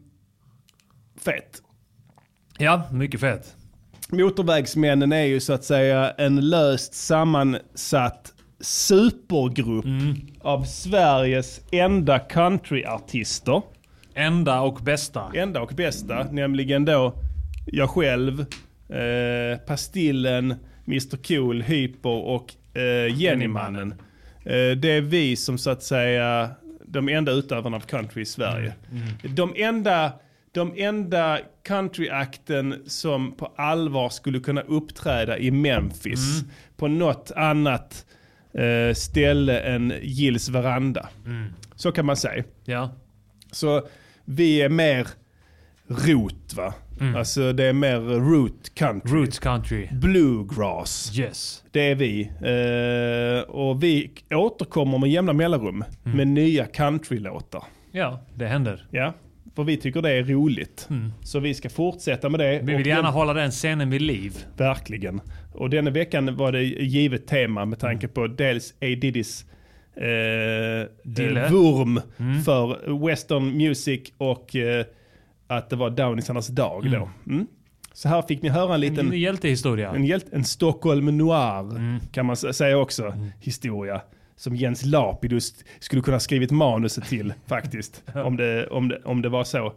fett. Ja, mycket fett. Motorvägsmännen är ju så att säga en löst sammansatt supergrupp Mm. av Sveriges enda countryartister. Enda och bästa. Enda och bästa, nämligen då jag själv, eh, Pastillen, mister Cool, Hyper och eh, Jennymannen. Eh, det är vi som så att säga de enda utövarna av country i Sverige. Mm. Mm. De enda, de enda countryakten som på allvar skulle kunna uppträda i Memphis Mm. på något annat eh, ställe än Gills veranda. Mm. Så kan man säga. Ja. Så vi är mer rot, va? Mm. Alltså det är mer root country. Roots country. Bluegrass. Yes. Det är vi. Eh, och vi återkommer med jämna mellanrum Mm. med nya countrylåtar. Ja, det händer. Ja, för vi tycker det är roligt. Mm. Så vi ska fortsätta med det. Vi vill Och gärna den, hålla den scenen vid liv. verkligen. Och denna veckan var det givet tema med tanke på dels A. Diddys eh, Dille. eh, vurm Mm. för western music och eh, att det var Downisarnas dag Mm. då. Mm. Så här fick ni höra en liten... En hjältehistoria. En, hjält, en Stockholm noir Mm. kan man s- säga också. Mm. Historia. Som Jens Lapidus skulle kunna ha skrivit manuset till faktiskt. om, det, om, det, om det var så.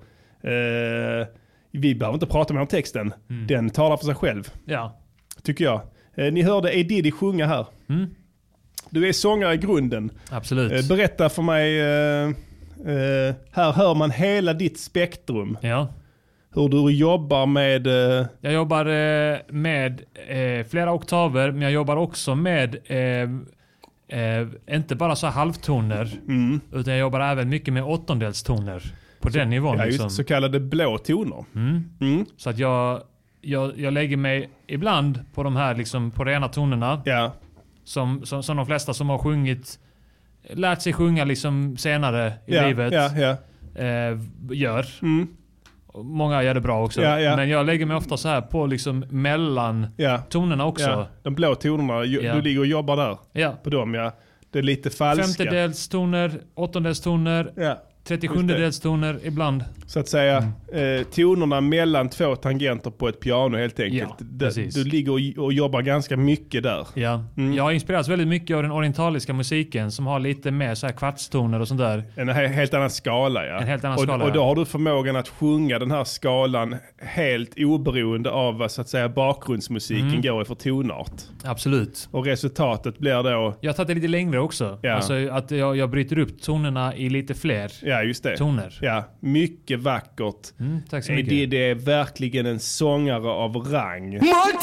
Eh, vi behöver inte prata mer om texten. Mm. Den talar för sig själv. Ja. Tycker jag. Eh, ni hörde A. Diddy sjunga här. Mm. Du är sångare i grunden. Absolut. Eh, berätta för mig. Eh, eh, här hör man hela ditt spektrum. Ja. Hur du jobbar med... Eh, Jag jobbar eh, med eh, flera oktaver, men jag jobbar också med eh, eh, inte bara så här halvtoner, mm. utan jag jobbar även mycket med åttondelstoner på den nivån. ja, liksom. just, så kallade blå toner. Mm. Mm. Så att jag, jag, jag lägger mig ibland på de här liksom, på rena tonerna. Ja. Som, som, som de flesta som har sjungit, lärt sig sjunga liksom senare i ja, livet ja, ja. eh, gör. Mm. Många gör det bra också. Ja, ja. Men jag lägger mig ofta så här på liksom mellan Ja. tonerna också. Ja. De blå tonerna, ju- Ja. du ligger och jobbar där Ja. på dem, ja. Det är lite falska. Femtedelstoner, åttondelstoner, Ja. trettiosjundedelstoner ibland. Så att säga, Mm. eh, tonerna mellan två tangenter på ett piano helt enkelt. Ja, Du- precis. du ligger och, och jobbar ganska mycket där. Ja. Mm. Jag har inspirerats väldigt mycket av den orientaliska musiken som har lite mer så här kvartstoner och sånt där. En he- helt annan skala, ja. En helt annan och, skala, och då ja. har du förmågan att sjunga den här skalan helt oberoende av vad så att säga bakgrundsmusiken Mm. går i för tonart. Absolut. Och resultatet blir då, Jag har tagit det lite längre också. Ja. Alltså att jag, jag bryter upp tonerna i lite fler ja just det. toner. Ja, mycket vackert. Mm, tack så Eh, mycket. Det, det är verkligen en sångare av rang.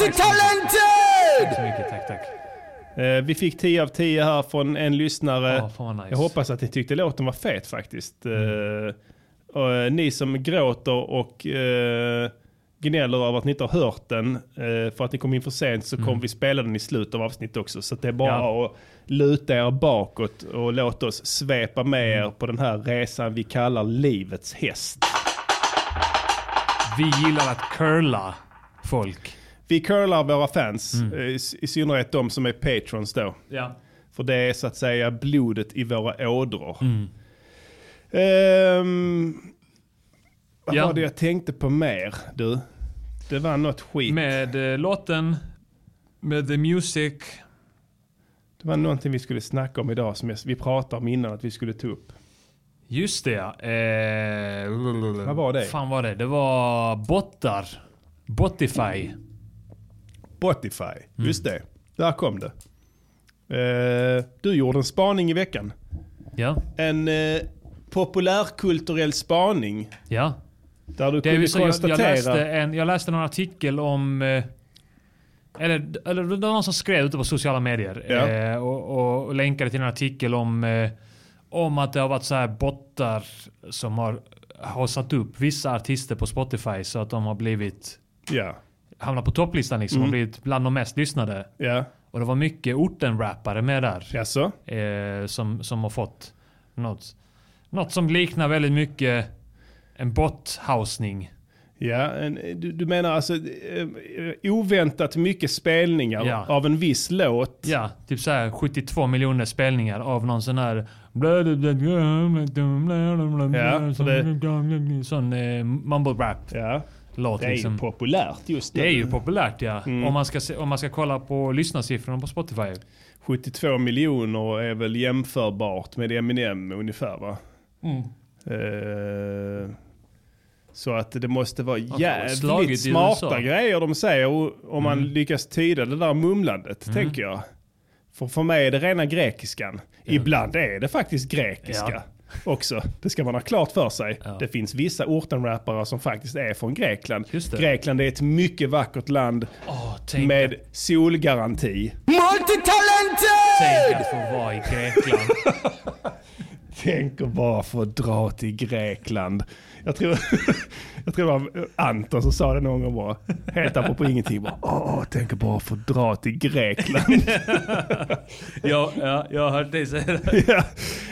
Tack så mycket, tack tack. Eh, vi fick tio av tio här från en lyssnare. Ja, fan vad nice. Jag hoppas att ni tyckte låten var fet faktiskt. Eh, och, eh, ni som gråter och eh, gnäller över att ni inte har hört den eh, för att ni kom in för sent, så kommer Mm. vi spela den i slutet av avsnittet också. Så att det är bara Ja. att luta er bakåt och låta oss svepa med Mm. er på den här resan vi kallar livets häst. Vi gillar att curla folk. vi curlar våra fans, Mm. i, i synnerhet de som är patrons då. Ja. För det är så att säga blodet i våra ådror. Mm. Ehm, vad Ja. var det jag tänkte på mer, du? Det var något skit. Med eh, låten, med the music. Det var någonting vi skulle snacka om idag som jag, vi pratade om innan att vi skulle ta upp. Just det, ja. Eh, Vad var det? fan var det? Det var bottar. Botify. Spotify, Mm. just det. Där kom det. Eh, du gjorde en spaning i veckan. Ja. En eh, populärkulturell spaning. Ja. Där du Det är kunde ju så, jag, konstatera... jag, läste en, jag läste en artikel om... Eh, eller, eller det var någon som skrev ute på sociala medier. Ja. Eh, och, och, och länkade till en artikel om, eh, om att det har varit så här bottar som har, har satt upp vissa artister på Spotify så att de har blivit... Ja, Hamnat på topplistan liksom. Mm. Och blivit bland de mest lyssnade. ja. Och det var mycket orten-rappare med där. Jaså? Eh, som, som har fått något, något som liknar väldigt mycket en bot-housning. Ja, en, du, du menar alltså eh, oväntat mycket spelningar Ja. av en viss låt. Ja, typ så här sjuttiotvå miljoner spelningar av någon sån här... Ja, så det- sån eh, mumble rap Ja, låt det är liksom. ju populärt just nu. Det är ju populärt, ja. Mm. Om, man ska se, om man ska kolla på lyssnarsiffrorna på Spotify. sjuttiotvå miljoner är väl jämförbart med Eminem ungefär, va? Mm. Eh, så att det måste vara slagit jävligt i smarta U S A. grejer de säger o- om man Mm. lyckas tyda det där mumlandet, tänker jag. För för mig är det rena grekiskan. Ibland är det faktiskt grekiska Ja. också. Det ska man ha klart för sig. Ja. Det finns vissa ortenrappare som faktiskt är från Grekland. Just det. Grekland är ett mycket vackert land Åh, tänk, med solgaranti. tänk att få vara i Grekland. Tänk att bara få dra till Grekland. Jag tror, jag tror det var Anton som sa det någon gång bara. Helt apropå ingenting. Bara, Åh, tänk att bara få dra till Grekland. ja, ja, jag har hört dig säga det. ja.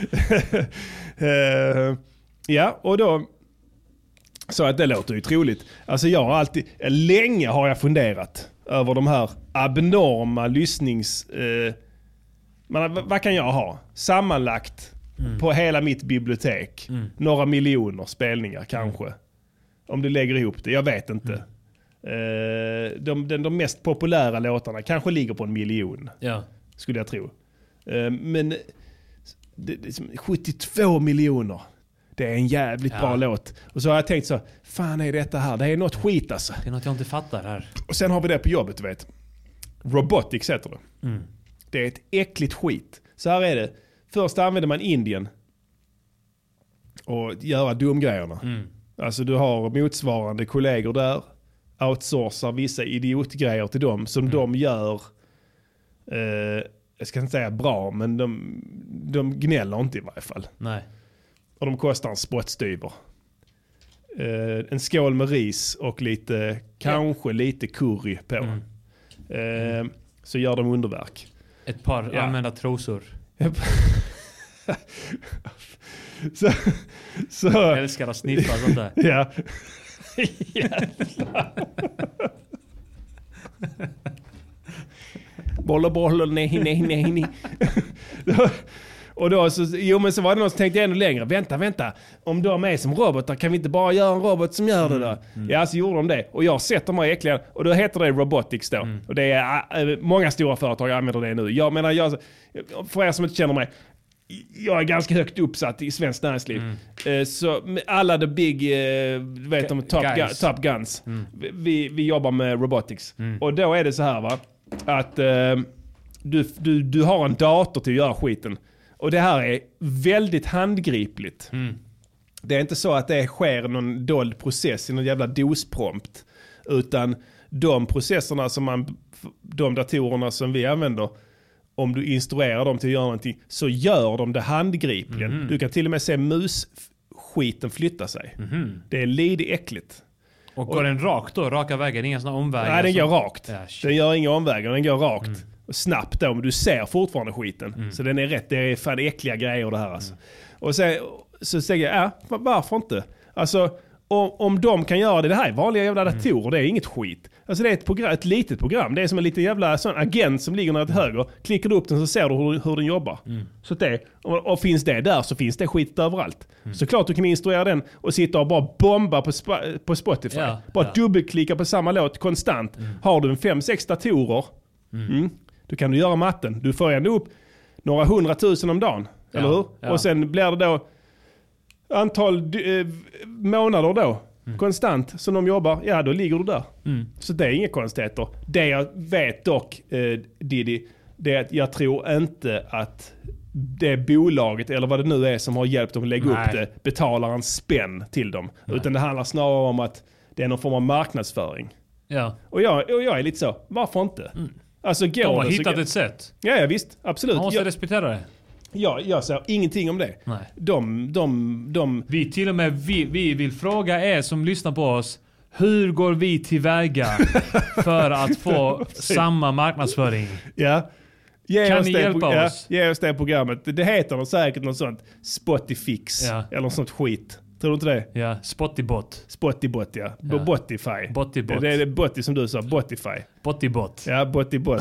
Eh, ja, och då så att det låter ju troligt. Alltså jag har alltid, länge har jag funderat över de här abnorma lyssnings... Eh, men, vad- vad kan jag ha? Sammanlagt på hela mitt bibliotek. Några miljoner spelningar kanske. Om du lägger ihop det, jag vet inte. Eh, de, de, de mest populära låtarna kanske ligger på en miljon, Ja. skulle jag tro. Eh, men det, det, är som sjuttiotvå miljoner. Det är en jävligt Ja. bra låt. Och så har jag tänkt så, fan är detta här? Det är något skit alltså. Det är något jag inte fattar här. Och sen har vi det på jobbet, du vet. Robotics heter det. Mm. Det är ett äckligt skit. Så här är det. Först använder man Indien och göra dumgrejerna. Mm. Alltså du har motsvarande kollegor där. Outsourcar vissa idiotgrejer till dem som de gör. Eh, jag ska inte säga bra, men de, de gnäller inte i varje fall. Nej. Och de kostar en spottstyver. Eh, en skål med ris och lite, kanske lite curry på. Mm. Eh, så gör de underverk. Ett par Ja. använda trosor. så, så, Jag älskar att sniffa sånt där. ja. Boller, boller, nej, nej, nej, nej. Och då så, jo men så var det någon som tänkte ännu längre. Vänta, vänta. Om de är som robotar, kan vi inte bara göra en robot som gör det då? Ja, så gjorde de det. Och jag har sett de här äckliga. Och då heter det Robotics då. Och det är äh, många stora företag använder det nu. Jag menar, jag, för er som inte känner mig. Jag är ganska högt uppsatt i svenskt näringsliv. Eh, Så med alla the big, eh, vet de, top, Guys. gu- top guns. Vi, vi jobbar med robotics. Och då är det så här, va. Att eh, du, du, du har en dator till att göra skiten. Och det här är väldigt handgripligt. Det är inte så att det sker någon dold process i någon jävla dosprompt. Utan de processerna som man, de datorerna som vi använder, om du instruerar dem till att göra någonting, så gör de det handgripligen. Du kan till och med se musskiten flytta sig. Det är lite äckligt. Och går den rakt då? Raka vägen? Inga såna omvägar? Nej, den som- går rakt. Ja, shit. Den gör inga omvägar, den går rakt. Och snabbt då, men du ser fortfarande skiten. Så den är rätt, det är fan äckliga grejer det här alltså. Och sen, så säger jag, ja, varför inte? Alltså, om, om de kan göra det, det här är vanliga jävla datorer, mm. det är inget skit. Alltså det är ett, program, ett litet program, det är som en liten jävla sån agent som ligger nära till höger. Klickar du upp den så ser du hur, hur den jobbar. Mm. Så det, och, och finns det där så finns det skit överallt. Mm. Så klart du kan instruera den och sitta och bara bomba på, sp- på Spotify. Ja, bara ja. dubbelklicka på samma låt konstant. Mm. Har du en fem, sex datorer, mm. Mm, då kan du göra matten. Du får ändå upp några hundratusen om dagen, ja, eller hur? Ja. Och sen blir det då antal eh, månader då, mm. konstant, som de jobbar, ja då ligger du där. Mm. Så det är inga konstigheter. Det jag vet dock, eh, Diddy, det är att jag tror inte att det bolaget, eller vad det nu är som har hjälpt dem att lägga Nej. upp det, betalar en spänn till dem. Nej. Utan det handlar snarare om att det är någon form av marknadsföring. Ja. Och jag, och jag är lite så, varför inte? Mm. Alltså, går de har det, hittat så, ett sätt. Ja, ja visst, absolut. Man måste jag, respektera det. Ja, jag säger ingenting om det. Nej. De, de, de... Vi till och med vi, vi vill fråga er som lyssnar på oss, hur går vi tillväga för att få samma marknadsföring? Ja. Ge kan oss ni det hjälpa pro- oss? Ja, ge oss det programmet. Det heter något, säkert något sånt Spotifix, ja. Eller något sånt skit. Tror du inte det? Ja, Spotibot. Spotibot, ja. ja. Botify. Botibot. Det är det Botti som du sa, Botify. Botibot. Ja, Botibot.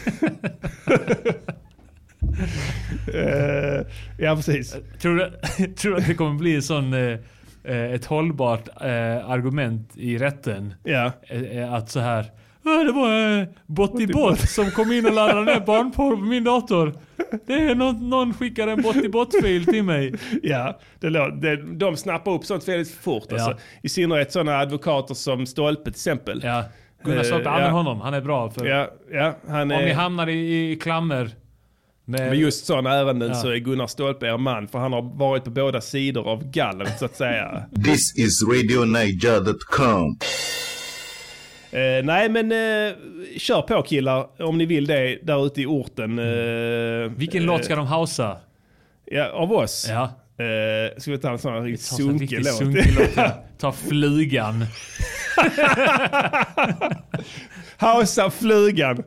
uh, ja, precis. Tror du, tror du att det kommer bli en sån, uh, ett hållbart uh, argument i rätten? Ja. Uh, att så här, det var uh, Botibot som kom in och laddade ner barnporr på min dator. Det är någon, någon skickar en Botibot-fil till mig. Ja, det, det, de snappar upp sånt väldigt fort. Ja. Alltså. I synnerhet sådana advokater som Stolpe till exempel. Ja. Gunnar Stolpe, uh, använd ja. honom. Han är bra. För ja, ja, han om är... ni hamnar i, i klammer. Med... Men just sådana ärenden ja. så är Gunnar Stolpe er man. För han har varit på båda sidor av gallret så att säga. This is radio niger dot com. Uh, nej men uh, kör på killar om ni vill det där ute i orten. Uh, Vilken uh, låt ska de hausa? Ja, av oss? Ja. Uh, ska vi ta en sån riktigt sunkig låt? Sunkig låt ja. Ta Flugan. Hausa Flugan.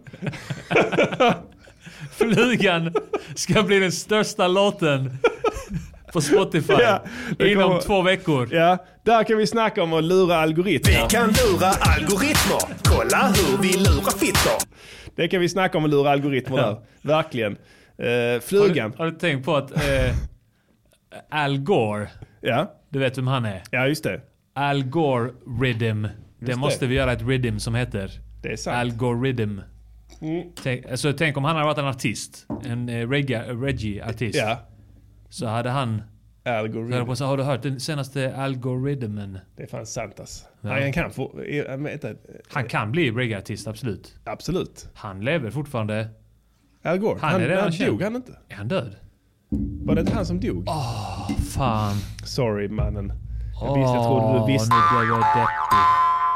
Flugan ska bli den största låten på Spotify ja, inom kommer, två veckor. Ja, där kan vi snacka om att lura algoritmer. Vi kan lura algoritmer. Kolla hur vi lurar fitter. Det kan vi snacka om att lura algoritmer ja. där. Verkligen. Uh, flugan. Har du, har du tänkt på att uh, Al Gore, ja. du vet vem han är? Ja, just det. Al Gore Rhythm. Det just måste det. vi göra ett rhythm som heter. Det är sant. Al Gore Rhythm. Mm. Tänk, alltså, tänk om han hade varit en artist. En uh, reggae-artist. Ja. Så hade han... Algorithm. Så har du hört den senaste algoritmen? Det är fan sant alltså. Ja. Han kan få... Inte, han kan bli reggae-artist, absolut. Absolut. Han lever fortfarande. Al Gore. Han, han, är redan han dog han inte? Är han död? Var det inte han som dog? Åh, oh, fan. Sorry, mannen. Jag oh, visste, jag trodde du visste. Nu blev jag deppig.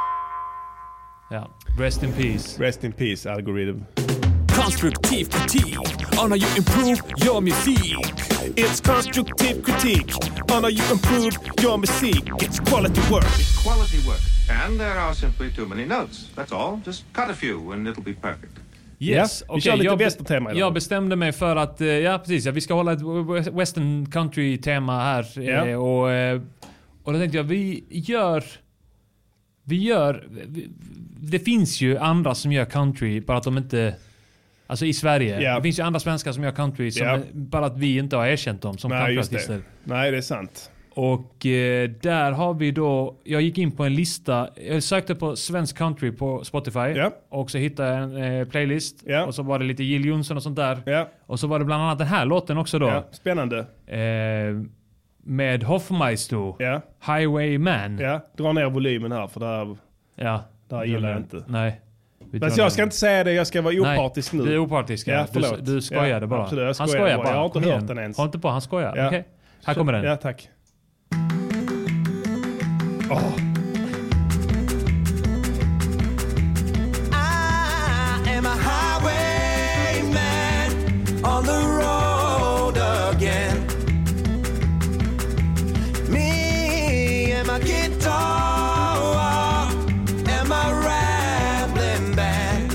Ja. Rest in peace. Rest in peace, algorithm. Konstruktiv kritik on how you improve your music. It's constructive critique on how you improve your music. It's quality work. It's quality work. And there are simply too many notes. That's all. Just cut a few and it'll be perfect. Yes, ja, vi kör okay. lite jag, bästa tema idag. Jag bestämde mig för att, ja precis, ja, vi ska hålla ett western country tema här. Ja. Och, och då tänkte jag, vi gör... Vi gör... Vi, det finns ju andra som gör country, bara att de inte... Alltså i Sverige. Ja. Det finns ju andra svenskar som gör country, som, ja. bara att vi inte har erkänt dem som countryartister. Nej, det är sant. Och eh, där har vi då... Jag gick in på en lista. Jag sökte på svensk country på Spotify. Ja. Och så hittade jag en eh, playlist. Ja. Och så var det lite Jill Johnson och sånt där. Ja. Och så var det bland annat den här låten också då. Ja. Spännande. Eh, med Hoffmeister. Ja. Highwayman. Ja. Dra ner volymen här för det här, ja. det här gillar jag inte. Nej. Men jag ska inte säga det, jag ska vara opartisk nu. Du är opartisk, ja. Ja, du, du skojade ja, bara. Absolut, jag han skojar skojar bara. bara. Jag har inte Kom hört igen. den ens. Har inte på, han skojar. Ja. Okej. Okay. Här kommer den. Ja, tack. Oh. I am a highwayman on the road again. Me and my guitar and my rambling band,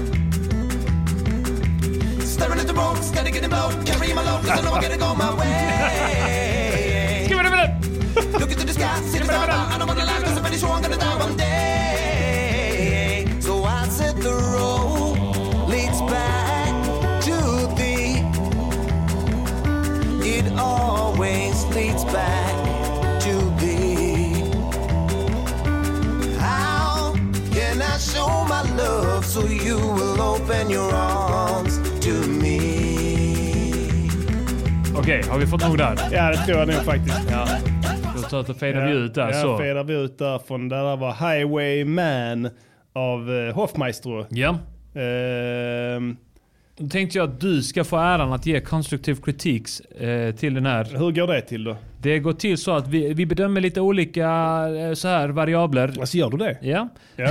staring at the road, steady getting blown, carrying my load, 'cause I know I gotta go my way. Look into the sky, see the star, I don't wanna lie, 'cause I'm ready to it always leads back to thee. How can I show my love so you will open your arms to me? Okej, okay, har vi fått nog där? Ja, det tror jag nog faktiskt. Ja. Då tar att fejdar vi ut där. Ja, så. fejdar vi ut där från där det var Highwayman av uh, Hofmeister. Ja. Uh, Då tänkte jag att du ska få äran att ge konstruktiv kritik eh, till den här. Hur går det till då? Det går till så att vi, vi bedömer lite olika eh, så här variabler. Alltså gör du det? Ja. Ja.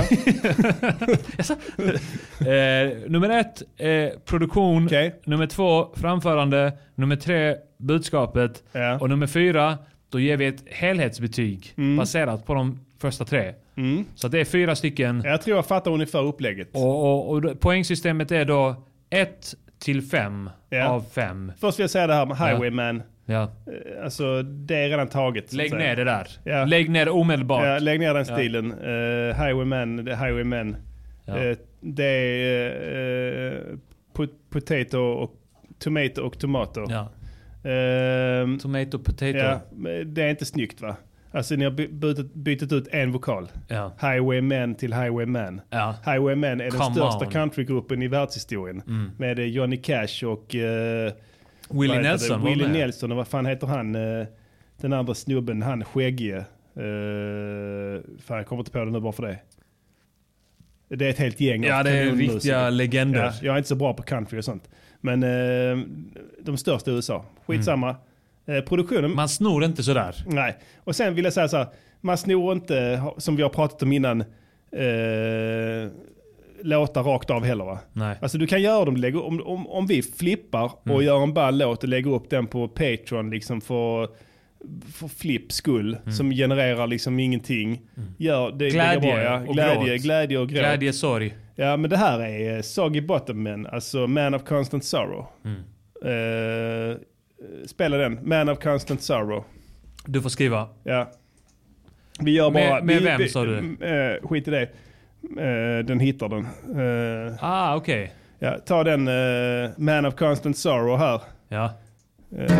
eh, nummer ett, eh, produktion. Okay. Nummer två, framförande. Nummer tre, budskapet. Ja. Och nummer fyra, då ger vi ett helhetsbetyg mm. baserat på de första tre. Mm. Så det är fyra stycken. Jag tror jag fattar ungefär upplägget. Och, och, och poängsystemet är då ett till fem ja. av fem. Först vill jag säga det här med Highwayman. Ja. Alltså det är redan taget. Lägg ner det där. Ja. Lägg ner det omedelbart. Ja, lägg ner den stilen. Ja. Uh, Highwayman, det är Highwayman. Ja. Uh, det är uh, pot- potato och tomato och tomato. Ja. Uh, tomato, potato. Ja, det är inte snyggt va? Alltså ni har bytt, bytt ut en vokal. Ja. Highwayman till Highwayman. Ja. Highwayman är Come den största on. countrygruppen i världshistorien. Mm. Med Johnny Cash och... Uh, Willie Nelson. Willie Nelson och vad fan heter han? Uh, den andra snubben, han skäggige. Uh, fan jag kommer inte på det nu bara för det. Det är ett helt gäng. Ja, det är riktiga legender. Ja, jag är inte så bra på country och sånt. Men uh, de största i U S A. Skitsamma. Mm. Eh, produktionen. Man snor inte sådär. Nej. Och sen vill jag säga så här. Man snor inte, som vi har pratat om innan, eh, låtar rakt av heller va? Nej. Alltså du kan göra dem, lägga, om, om, om vi flippar mm. och gör en ball låt och lägger upp den på Patreon liksom för, för flipp skull mm. som genererar liksom ingenting. Mm. Gör, det, glädje, det bra, ja. och glädje, glädje och gråt. Glädje, sorg. Ja men det här är uh, Soggy Bottom Men, alltså Man of Constant Sorrow. Mm. Uh, Spela den. Man of Constant Sorrow. Du får skriva. Ja. Vi gör bara... Med, med vi, vem vi, sa du? Äh, skit i det. Äh, den hittar den. Äh, ah, okej. Okay. Ja, ta den äh, Man of Constant Sorrow här. Ja. Äh.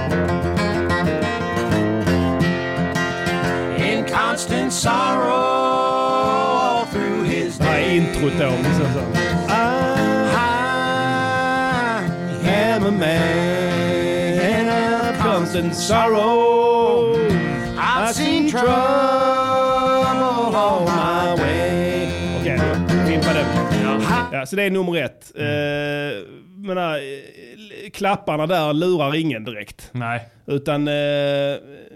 In constant sorrow all through his day. Nej, introt då. Liksom så. I, I am a man of constant sorrow. I've seen trouble all my way. Okej, okay, fimpa den. Ja. Ja, så det är nummer ett. Mm. Uh, menar, klapparna där lurar ingen direkt. Nej. Utan... Uh,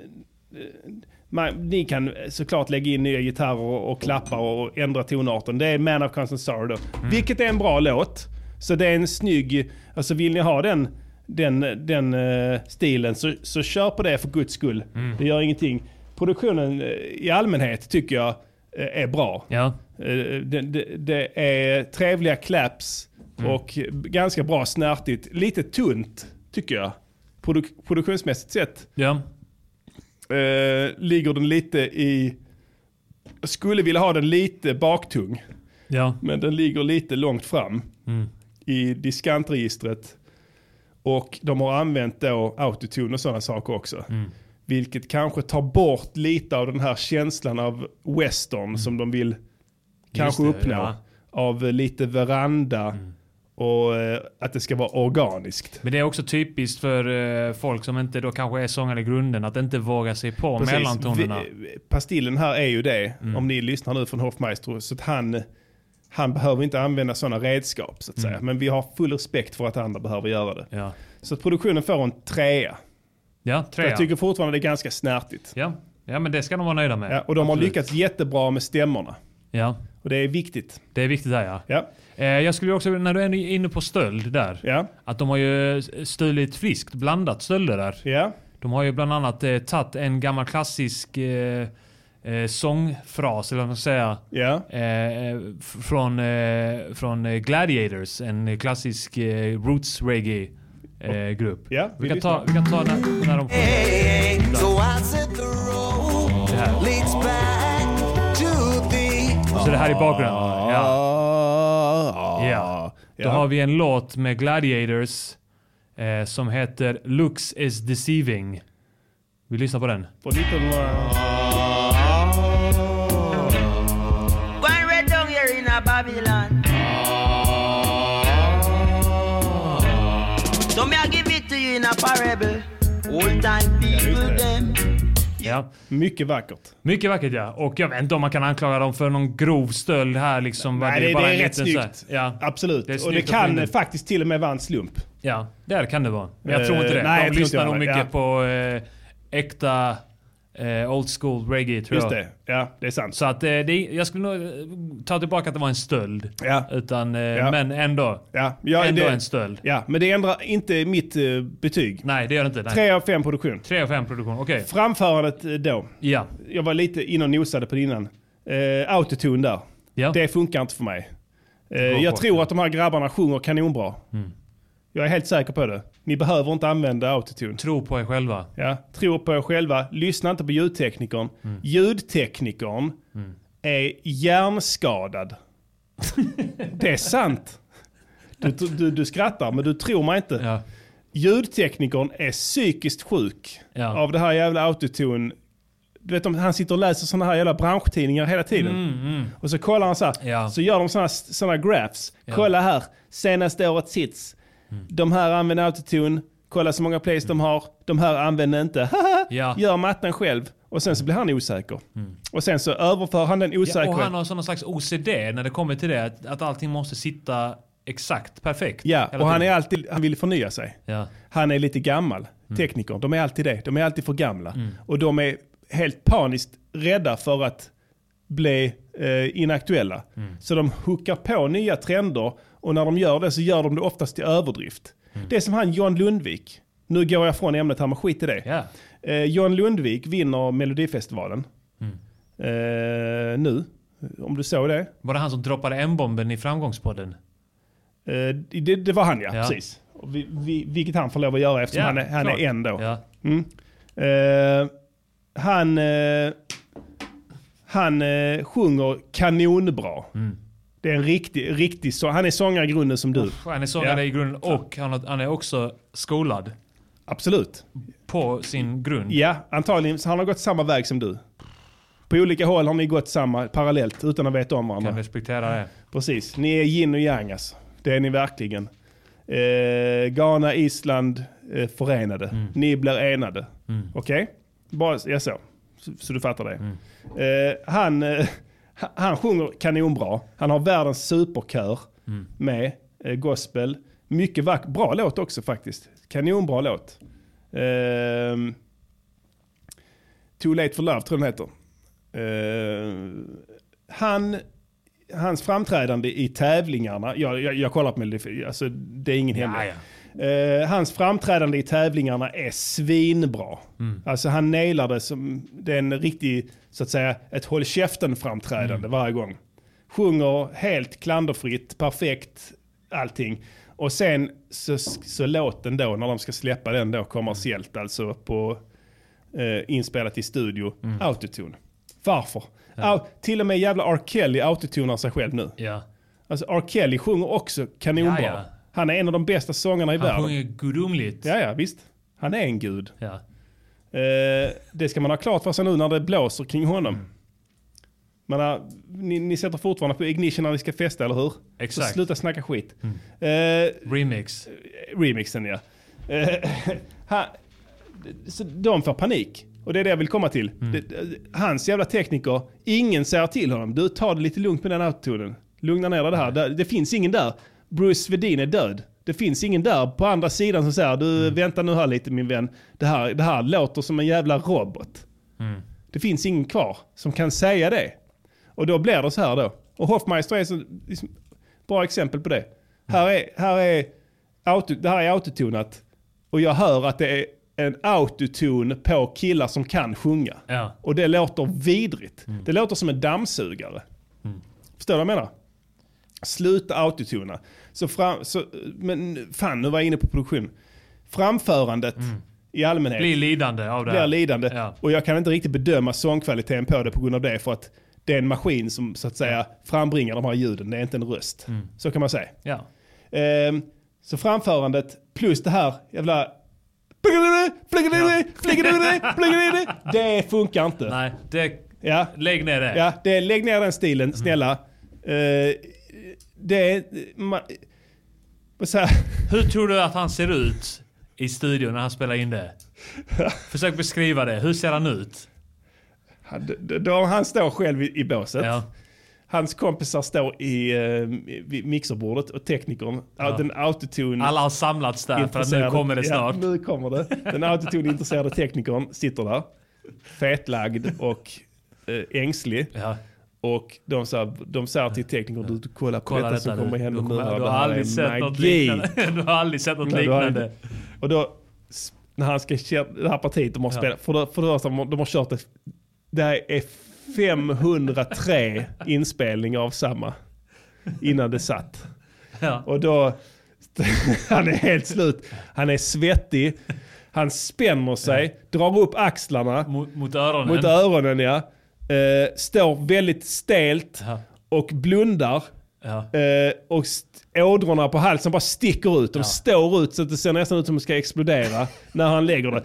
Man, ni kan såklart lägga in nya gitarrer och, och klappar och ändra tonarten. Det är Man of Constant Sorrow då. Mm. Vilket är en bra låt. Så det är en snygg... Alltså vill ni ha den, den, den uh, stilen så, så kör på det för guds skull. Mm. Det gör ingenting. Produktionen uh, i allmänhet tycker jag uh, är bra. Ja. Uh, det, det, det är trevliga claps mm. och ganska bra snärtigt. Lite tunt tycker jag. Produ- produktionsmässigt sett. Ja. Uh, ligger den lite i... Jag skulle vilja ha den lite baktung. Ja. Men den ligger lite långt fram mm. i diskantregistret. Och de har använt då autotune och sådana saker också. Mm. Vilket kanske tar bort lite av den här känslan av western mm. som de vill kanske det, uppnå. Ja. Av lite veranda. Mm. Och eh, att det ska vara organiskt. Men det är också typiskt för eh, folk som inte då kanske är sångare i grunden att inte våga sig på Precis. mellantonerna. Vi, Pastillen här är ju det. Mm. Om ni lyssnar nu från Hofmeister. Så att han, han behöver inte använda sådana redskap så att säga. Mm. Men vi har full respekt för att andra behöver göra det. Ja. Så att produktionen får en trea. Ja, trea. Jag tycker fortfarande det är ganska snärtigt. Ja, ja men det ska de vara nöjda med. Ja, och de Absolut. har lyckats jättebra med stämmorna. Ja. Och det är viktigt. Det är viktigt där ja. Ja. Eh, jag skulle också, när du är inne på stöld där. Ja. Att de har ju stulit friskt, blandat stölder där. Ja. De har ju bland annat eh, tagit en gammal klassisk eh, eh, sångfras, eller vad man ska säga. Ja. Eh, f- från, eh, från Gladiators, en klassisk eh, roots reggae eh, grupp. Ja, vi, vi, kan ta, vi kan ta när, när de får... Hey, so I said the road leads back to thee. Så det här i bakgrunden. Ja. Ja. Då ja. har vi en låt med Gladiators. Eh, Eh, som heter Looks is Deceiving. Vi lyssnar på den. På nittonhundra... Going right down here in a Babylon. So me I give it to you in a parable. Old time people them. Ja. Mycket vackert. Mycket vackert, ja. Och jag vet inte om man kan anklaga dem för någon grov stöld här. Liksom. Nej, det, det är, bara det är en rätt snyggt. Ja. Absolut. Det och det kan faktiskt till och med vara en slump. Ja, det kan det vara. Men jag uh, tror inte det. Nej, de lyssnar nog mycket ja. på eh, äkta eh, old school reggae, tror Just jag. Just det. Ja, det är sant. Så att eh, det, jag skulle nog ta tillbaka att det var en stöld. Ja. Utan, eh, ja. Men ändå. Ja. Ja, ändå det, en stöld. Ja, men det ändrar inte mitt uh, betyg. Nej, det gör det inte. Nej. Tre av fem produktion. Tre av fem produktion, okej. Okay. Framförandet då. Ja. Jag var lite in och nosade på det innan. Uh, autotune där. Ja. Det funkar inte för mig. Uh, jag tror att de här grabbarna sjunger kanonbra. Mm. Jag är helt säker på det. Ni behöver inte använda autotune. Tro på er själva. Ja, tro på er själva. Lyssna inte på ljudteknikern. Mm. Ljudteknikern mm. är hjärnskadad. Det är sant. Du, du, du skrattar, men du tror mig inte. Ja. Ljudteknikern är psykiskt sjuk ja. av det här jävla autotune. Du vet, han sitter och läser såna här jävla branschtidningar hela tiden. Mm, mm. Och så kollar han så här. Ja. Så gör de såna, såna graphs. Ja. Kolla här, senaste årets hits. Mm. De här använder autotune. Kolla så många plays mm. de har. De här använder inte. ja. Gör matten själv. Och sen så blir han osäker. Mm. Och sen så överför han den osäkerheten. Ja, och han har sån slags O C D när det kommer till det. Att, att allting måste sitta exakt perfekt. Ja, och han är alltid, han vill förnya sig. Ja. Han är lite gammal. Mm. Tekniker, de är alltid det. De är alltid för gamla. Mm. Och de är helt paniskt rädda för att bli eh, inaktuella. Mm. Så de hookar på nya trender. Och när de gör det så gör de det oftast i överdrift. Mm. Det är som han John Lundvik. Nu går jag från ämnet här, men skit i det. Yeah. Eh, John Lundvik vinner Melodifestivalen. Mm. Eh, nu, om du såg det. Var det han som droppade M-bomben i Framgångspodden? Eh, det, det var han, ja. ja. Precis. Och vi, vi, vilket han får lov att göra eftersom yeah, han, är, han är en då. Yeah. Mm. Eh, han eh, han eh, sjunger kanonbra. Mm. Det är en riktig, riktig så han är sångare i grunden som du. Uff, han är sångare ja. i grunden och han, han är också skolad. Absolut. På sin grund. Ja, antagligen. Så han har gått samma väg som du. På olika håll har ni gått samma parallellt utan att veta om varandra. Kan respektera det. Precis. Ni är yin och yang alltså. Det är ni verkligen. Eh, Ghana, Island eh, förenade. Mm. Ni blir enade. Mm. Okej? Okay? Bara ja, så. så. Så du fattar det. Mm. Eh, han... Eh, Han sjunger kanonbra. Han har världens superkör mm. med eh, gospel. Mycket vack- bra låt också faktiskt. Kanonbra låt. Eh, Too Late for Love tror jag den heter. Eh, han, hans framträdande i tävlingarna. Jag, jag, jag kollar på Melodifestivalen. Alltså, det är ingen ja, hemlighet. Ja. Uh, hans framträdande i tävlingarna är svinbra. Mm. Alltså han nailar det som det är en riktig, så att säga, ett håll käften framträdande mm. varje gång. Sjunger helt klanderfritt, perfekt, allting. Och sen så, så låten då, när de ska släppa den då kommersiellt, alltså på uh, inspelat i studio, mm. autotune. Varför? Ja. Uh, till och med jävla R. Kelly autotunar sig själv nu. Ja. Alltså R. Kelly sjunger också kanonbra. Ja, ja. Han är en av de bästa sångarna i han världen. Han sjunger gudomligt. Ja, ja, visst. Han är en gud. Ja. Eh, det ska man ha klart för sig nu när det blåser kring honom. Mm. Man har, ni, ni sätter fortfarande på ignition när ni ska festa, eller hur? Exakt. Så sluta snacka skit. Mm. Eh, Remix. Remixen, ja. Eh, ha, så de får panik. Och det är det jag vill komma till. Mm. Det, hans jävla tekniker, ingen säger till honom. Du, tar det lite lugnt med den autotonen. Lugna ner det här. Det, det finns ingen där. Bruce Svedin är död. Det finns ingen där på andra sidan som säger du mm. vänta nu här lite min vän. Det här, det här låter som en jävla robot. Mm. Det finns ingen kvar som kan säga det. Och då blir det så här då. Och Hoffmeister är så liksom, bra exempel på det. Mm. Här är, här är auto, det här är autotunat. Och jag hör att det är en autotune på killar som kan sjunga. Ja. Och det låter vidrigt. Mm. Det låter som en dammsugare. Mm. Förstår du vad jag menar? Sluta autotuna. Så fram, så, men fan, nu var jag inne på produktion. Framförandet mm. i allmänhet blir lidande av det. Blir lidande. Ja. Och jag kan inte riktigt bedöma sångkvaliteten på det på grund av det. För att det är en maskin som så att säga frambringar de här ljuden. Det är inte en röst. Mm. Så kan man säga. Ja. Ehm, Så framförandet plus det här jävla det funkar inte. Nej, det ja. lägg ner det. Ja, det lägg ner den stilen, snälla. Mm. Uh, det man, vad säger Hur tror du att han ser ut i studion när han spelar in det? Försök beskriva det. Hur ser han ut? Han, då, han står själv i, i båset. Ja. Hans kompisar står i uh, vid mixerbordet och teknikern, ja. den autotune. Alla har samlats där för att nu kommer det snart. Ja, nu kommer det. Den autotune-intresserade teknikern sitter där, fetlagd och uh, ängslig. Ja. Och de sa de sa till teknikern, du kolla på kolla detta som kommer hända nu. Du har aldrig sett något liknande. Du har aldrig sett något liknande. Och då när han ska köra det här partiet de har spelat, för då, för då de, de har kört det. Det är femhundratre inspelningar av samma innan det satt. Ja. Och då han är helt slut. Han är svettig. Han spänner sig, ja. drar upp axlarna mot, mot öronen. Mot öronen, ja. Uh, står väldigt stelt ja. och blundar. Ja. Uh, och st- ådrorna på halsen bara sticker ut. De ja. står ut så att det ser nästan ut som att de ska explodera när han lägger det.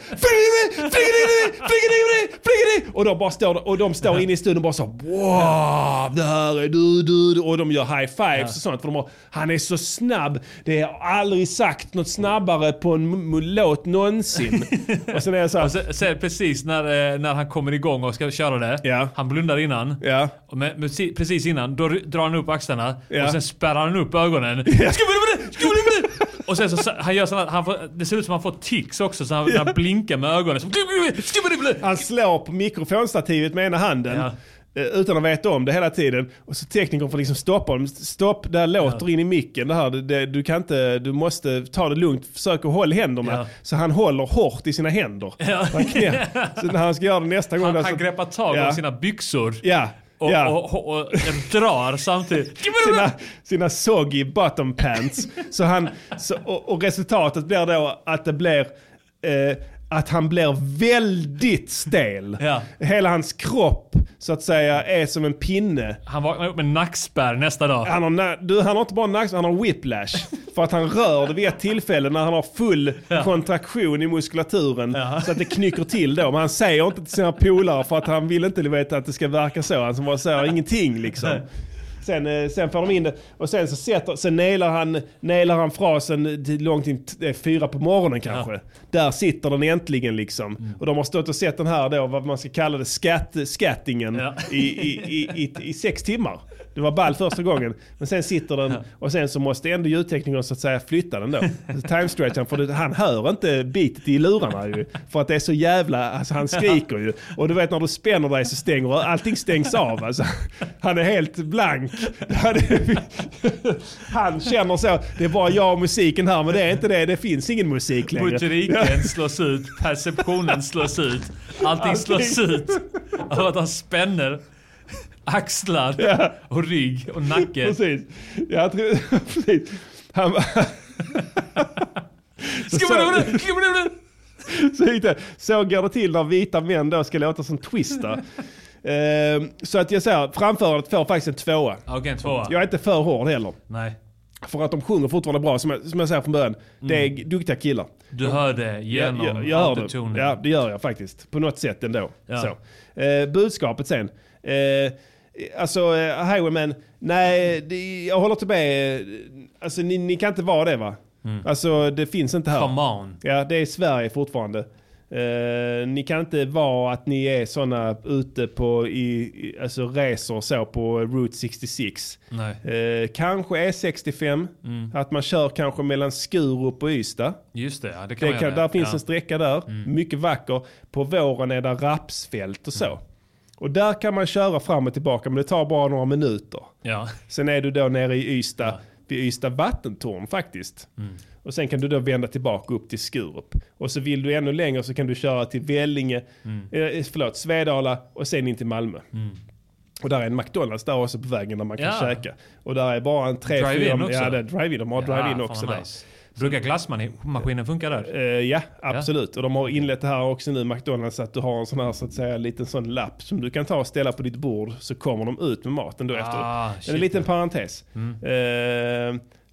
Och de bara står och de står inne i studion och bara så wow, det här är du, du, och de gör high fives ja. och sånt för de har, han är så snabb. Det har aldrig sagt något snabbare på en m- m- låt någonsin. Och sen är det så här, och så, så är det precis när, när han kommer igång och ska köra det. Ja. Han blundar innan. Ja. Och med, med, precis innan då drar han upp axlarna ja. och sen spärrar han upp ögonen. Ja. Och sen så han gör såna, han får, det ser ut som han får tics också så han, ja. han blinkar med ögonen. Så, han slår på mikrofonstativet med ena handen ja. utan att veta om det hela tiden. Och så teknikern får liksom stoppa dem. Stopp, det här låter ja. in i micken. Det här, det, du kan inte, du måste ta det lugnt. Försök att hålla händerna. Ja. Så han håller hårt i sina händer. Ja. Han knä, så när han ska göra det nästa gång. Han, där, han så, greppar tag ja. om sina byxor. Ja. Och, ja. och, och, och, och drar samtidigt. Sina, sina soggy bottom pants. Så han, så, och, och resultatet blir då att det blir eh, att han blir väldigt stel. Ja. Hela hans kropp så att säga är som en pinne. Han vaknar upp med nackspärr nästa dag. Han har, du, han har inte bara nackspärr, han har whiplash. För att han rör det vid ett tillfälle när han har full ja. kontraktion i muskulaturen. Ja. Så att det knycker till då. Men han säger inte till sina polare för att han vill inte veta att det ska verka så. Han som bara säger ingenting liksom. Sen, sen får de in det och sen så sätter, sen nailar han, nailar han frasen långt in t- fyra på morgonen kanske. Ja. Där sitter den äntligen liksom. Mm. Och de har stått och sett den här då, vad man ska kalla det, skatt, skattingen ja. i, i, i, i, i sex timmar. Det var ball första gången. Men sen sitter den och sen så måste ändå ljudteknikern så att säga flytta den då. Timestretchen, för det, han hör inte bitet i lurarna ju. För att det är så jävla, alltså han skriker ju. Och du vet när du spänner dig så stänger allting stängs av. Alltså, han är helt blank. Han känner så, det är bara jag och musiken här, men det är inte det. Det finns ingen musik längre. Motoriken slås ut, perceptionen slås ut. Allting slås ut av att han spänner axlar ja. och rygg och nacke. Precis. Jag tror, precis. Han Ska man göra det? Ska man göra det? Så, inte, så går det till när vita män då ska låta som Twister. uh, så att jag säger, framförandet får faktiskt en tvåa. Okej, okay, en tvåa. Jag är inte för hård heller. Nej. För att de sjunger fortfarande bra, som jag, som jag säger från början. Mm. Det är duktiga killar. Du hör det genom jag, jag, jag hör det. Ja, det gör jag faktiskt. På något sätt ändå. Ja. Så. Uh, budskapet sen. Uh, Alltså, Highwaymen, nej, det, jag håller till med. Alltså, ni, ni kan inte vara det, va? Mm. Alltså, det finns inte här. Come on. Ja, det är Sverige fortfarande. Uh, ni kan inte vara att ni är såna ute på i, i, alltså resor så på Route sextiosex. Nej. Uh, kanske E sextiofem. Mm. Att man kör kanske mellan Skurup och Ystad. Just det, ja, det kan det man kan, göra. Där finns ja. en sträcka där. Mm. Mycket vacker. På våren är det rapsfält och så. Mm. Och där kan man köra fram och tillbaka, men det tar bara några minuter. Ja. Sen är du då nere i Ystad, ja. vid Ystad vattentorn faktiskt. Mm. Och sen kan du då vända tillbaka upp till Skurup. Och så vill du ännu längre så kan du köra till Vellinge, mm. eh, förlåt, Svedala och sen in till Malmö. Mm. Och där är en McDonalds där också på vägen där man kan ja. käka. Och där är bara en tre, drive-in fyra... också? Ja, det är drive-in. De har ja, drive-in också där. Nice. Brukar glassmaskinen funka där? Uh, ja, absolut. Ja. Och de har inlett det här också nu, McDonalds, att du har en sån här, så att säga, liten sån lapp som du kan ta och ställa på ditt bord, så kommer de ut med maten då ah, efter. Det är en liten parentes. Mm. Uh,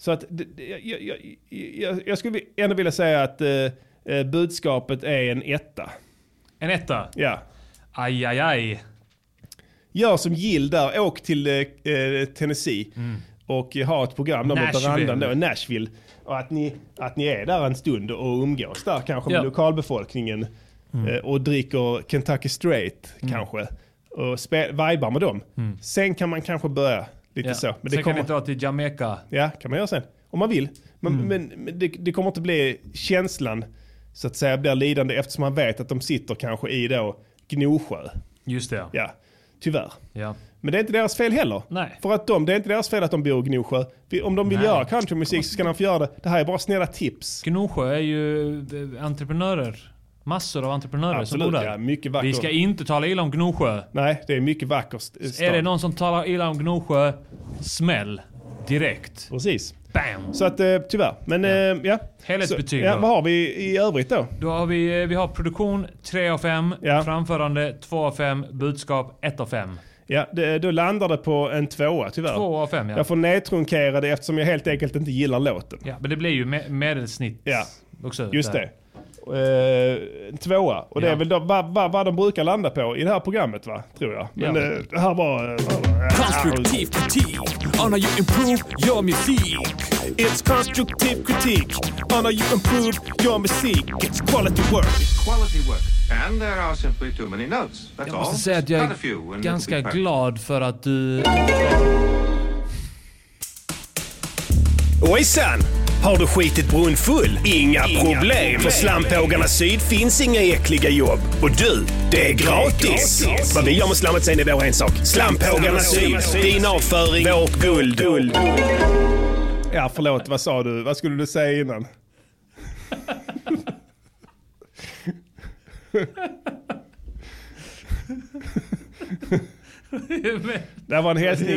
Så att jag, jag, jag, jag skulle ändå vilja säga att eh, budskapet är en etta. En etta? Ja. Aj, aj, aj. Gör som Jill där, åk till eh, Tennessee mm. och ha ett program där med verandan då, Nashville. Och att ni, att ni är där en stund och umgås där kanske med ja. lokalbefolkningen mm. eh, och dricker Kentucky Straight mm. kanske. Och spe- vibar med dem. Mm. Sen kan man kanske börja lite ja. så. Men sen det kommer... kan ni dra till Jamaica. Ja, kan man göra sen. Om man vill. Men, mm. men, men det, det kommer inte bli känslan så att säga blir lidande eftersom man vet att de sitter kanske i då Gnosjö. Just det. Ja, tyvärr. Ja. Men det är inte deras fel heller. Nej. För att de, det är inte deras fel att de bor i Gnosjö. Om de vill Nej. göra countrymusik så ska de få göra det. Det här är bara snälla tips. Gnosjö är ju entreprenörer. Massor av entreprenörer Absolut, som bor där. Ja, mycket vackert. Vi ska inte tala illa om Gnosjö. Nej, det är mycket vackert. Är det någon som talar illa om Gnosjö, smäll direkt. Precis. Bam! Så att eh, tyvärr. Men ja. Eh, ja. Helhetsbetyg så, ja, vad har vi i övrigt då? Då har vi, vi har produktion tre av fem, ja. framförande två av fem, budskap ett av fem. Ja, det, då landar det på en tvåa tyvärr. Två av fem, ja. Jag får nedtrunkera det eftersom jag helt enkelt inte gillar låten. Ja, men det blir ju me- medelsnitt ja. också. Just där. det. Uh, tvåa. Och det ja. är väl då, vad, vad, vad de brukar landa på i det här programmet, va? Tror jag. Men ja. uh, det här var... Uh, Konstruktiv kritik on how you improve your music. It's constructive critique on how you improve your music. It's quality work. It's quality work. And there are simply too many notes. That's all. Jag måste säga att jag är ganska glad för att du... Ojsan! Har du skitit brunn full? Inga, inga problem. problem. För Slamphågarna Syd finns inga äckliga jobb. Och du, det är gratis. gratis. Vad vi gör med slammet sen är vår ensak. Slamphågarna Syd, din avföring, vårt guld. guld. Ja, förlåt. Vad sa du? Vad skulle du säga innan? Det var en hälsning.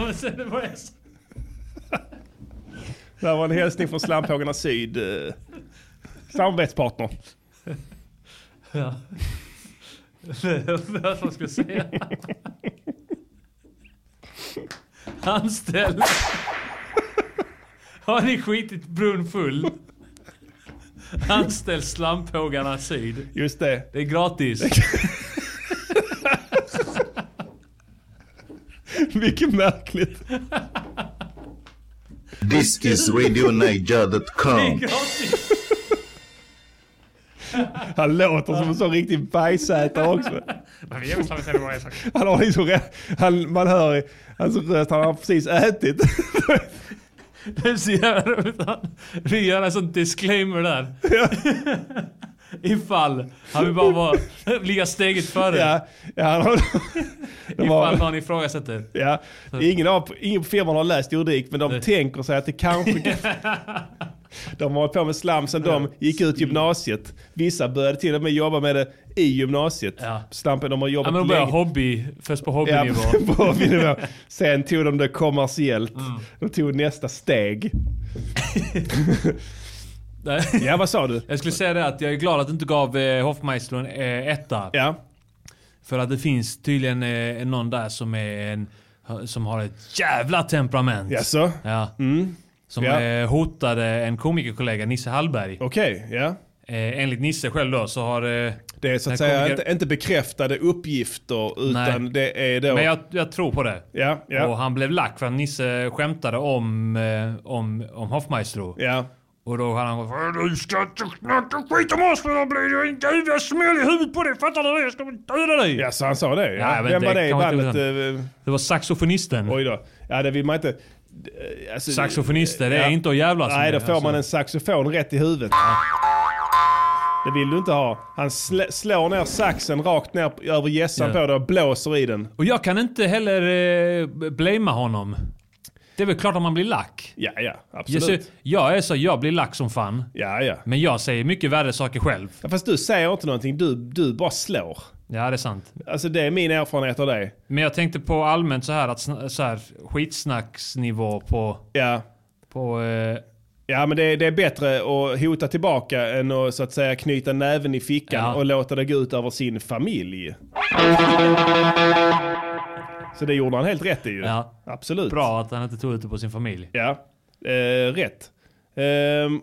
Det var en hälsning från Slamphågarna Syd. Eh, samarbetspartner. Ja. Vad ska jag säga? Anställ. Har ni skitit brunn full? Anställ Slamphågarna Syd. Just det. Det är gratis. Mycket märkligt. This is radio niger dot com. Han låter som en sån riktig bajsätare också. Han har liksom rätt. Han, man hör hans röst, han har precis ätit. Det är så jävla... Vi gör en sån disclaimer där. Ja. Ifall han vill bara vara, ligga steget före. Ja, ja, han har, ifall någon ifrågasätter. Ja, ingen, av, ingen på firman har läst juridik, men de det. tänker sig att det kanske... De har hållit på med slam sedan de gick ut gymnasiet. Vissa började till och med jobba med det i gymnasiet. Ja. Slampen, de har jobbat ja, men de började hobby, först på hobbynivå. Ja, på hobbynivå. Sen tog de det kommersiellt. Mm. De tog nästa steg. Ja, vad sa du? Jag skulle säga det att jag är glad att du inte gav eh, Hoffmeister en eh, etta. Ja. För att det finns tydligen eh, någon där som är en, som har ett jävla temperament. Jaså? Ja. Mm. Som ja. eh, hotade en komikerkollega, Nisse Hallberg. Okej, okay, ja. Eh, enligt Nisse själv då så har... Eh, det är så att säga komiker... inte, inte bekräftade uppgifter utan Nej. det är då... Men jag, jag tror på det. Ja, ja. Och han blev lack för att Nisse skämtade om, eh, om, om Hoffmeister. Ja. Och då hade han gått, du ska inte skita med oss för då blir det inte jag smäll i huvudet på dig, fattar du det? Jag ska döda dig. Ja, så han sa det. Ja. Ja, Vem det, var det i bandet? Det var saxofonisten. Oj då. Ja, det vill man inte... Alltså, saxofonister, det är ja. inte att jävla. Nej, då får alltså. man en saxofon rätt i huvudet. Ja. Det vill du inte ha. Han sl- slår ner saxen rakt ner över gässan ja. på det och blåser i den. Och jag kan inte heller eh, blamea honom. Det är väl klart att man blir lack. Ja, ja, absolut. Jag, jag är så, jag blir lack som fan. Ja, ja. Men jag säger mycket värre saker själv. Ja, fast du säger inte någonting, du, du bara slår. Ja, det är sant. Alltså det är min erfarenhet av dig. Men jag tänkte på allmänt så här att så här skitsnacksnivå på... Ja. På... Eh, ja, men det, det är bättre att hota tillbaka än att så att säga knyta näven i fickan ja. och låta det gå ut över sin familj. Så det gjorde han helt rätt i ju. Ja. Absolut. Bra att han inte tog ut det på sin familj. Ja. Eh, rätt. Eh,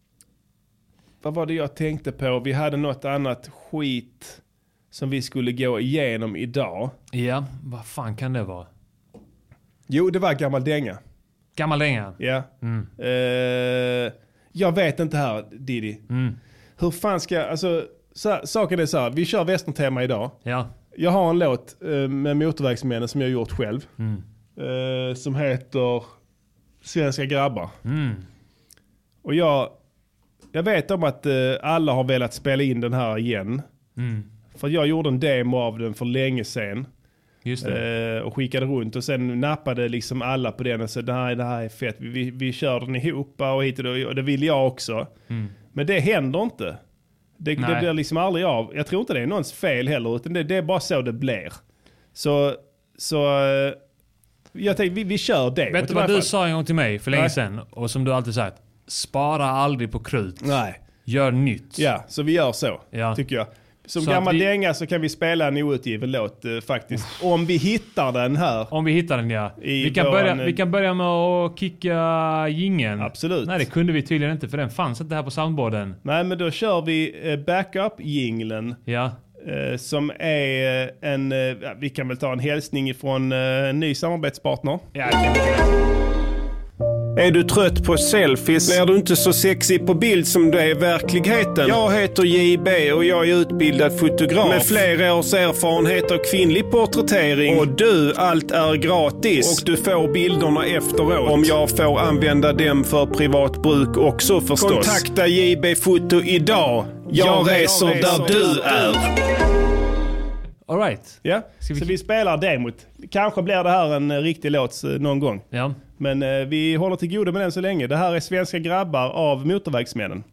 vad var det jag tänkte på? Vi hade något annat skit som vi skulle gå igenom idag. Ja, vad fan kan det vara? Jo, det var gammal dänga. Gammal dänga? Ja. Mm. Eh, jag vet inte här, Diddy. Mm. Hur fan ska... Alltså, så, saken är så här. Vi kör västerntema idag. Ja. Jag har en låt eh, med Motorvägsmännen som jag har gjort själv. Mm. Eh, som heter Svenska grabbar. Mm. Och jag... Jag vet om att eh, alla har velat spela in den här igen. Mm. För jag gjorde en demo av den för länge sedan. Just det. Eh, och skickade runt. Och sen nappade liksom alla på den och sa det här, det här är fett. Vi, vi, vi kör den ihop och hit och det, och det vill jag också. Mm. Men det händer inte. Det, det blir liksom aldrig av. Jag tror inte det är någons fel heller. Utan det, det är bara så det blir. Så... så eh, jag tänkte vi, vi kör det. Vet du vad du sa en gång till mig för länge sedan? Och som du alltid sagt. Spara aldrig på krut. Nej. Gör nytt. Ja, så vi gör så. Ja. Tycker jag. Som Så gammal vi... dänga så kan vi spela en outgiven låt eh, faktiskt. Om vi hittar den här. Om vi hittar den, ja. Vi kan, våran... börja, vi kan börja med att kicka jingeln. Absolut. Nej, det kunde vi tydligen inte för den fanns inte här på soundboarden. Nej, men då kör vi eh, backup-jinglen. Ja. Eh, som är eh, en... Eh, vi kan väl ta en hälsning från eh, en ny samarbetspartner. Ja, det kan vi. Är du trött på selfies? Är du inte så sexig på bild som du är i verkligheten? Jag heter J B och jag är utbildad fotograf med flera års erfarenhet av kvinnlig porträttering. Och du, allt är gratis. Och du får bilderna efteråt. Om jag får använda dem för privat bruk också förstås. Kontakta J B Foto idag. Jag, jag reser, jag reser där du är. All right. Ja, vi... så vi spelar demot. Kanske blir det här en uh, riktig låt uh, någon gång. Ja. Men uh, vi håller till goda med den så länge. Det här är Svenska grabbar av Motorvägsmännen.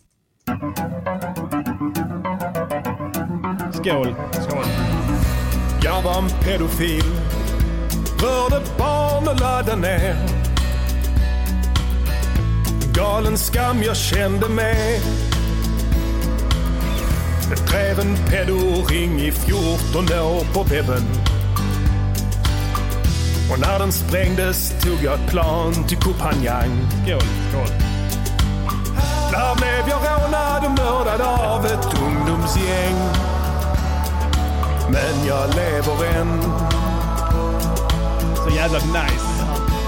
Skål. Skål. Jag var en pedofil. Rörde barn och laddade ner. Galen skam jag kände mig. Jag drev en pedoring i fjorton år på webben. Och när den sprängdes tog jag ett plan till Kopanjang. Skål, skål. Där blev jag rånad och mördad av ett ungdomsgäng. Men jag lever än. Så jävla nice.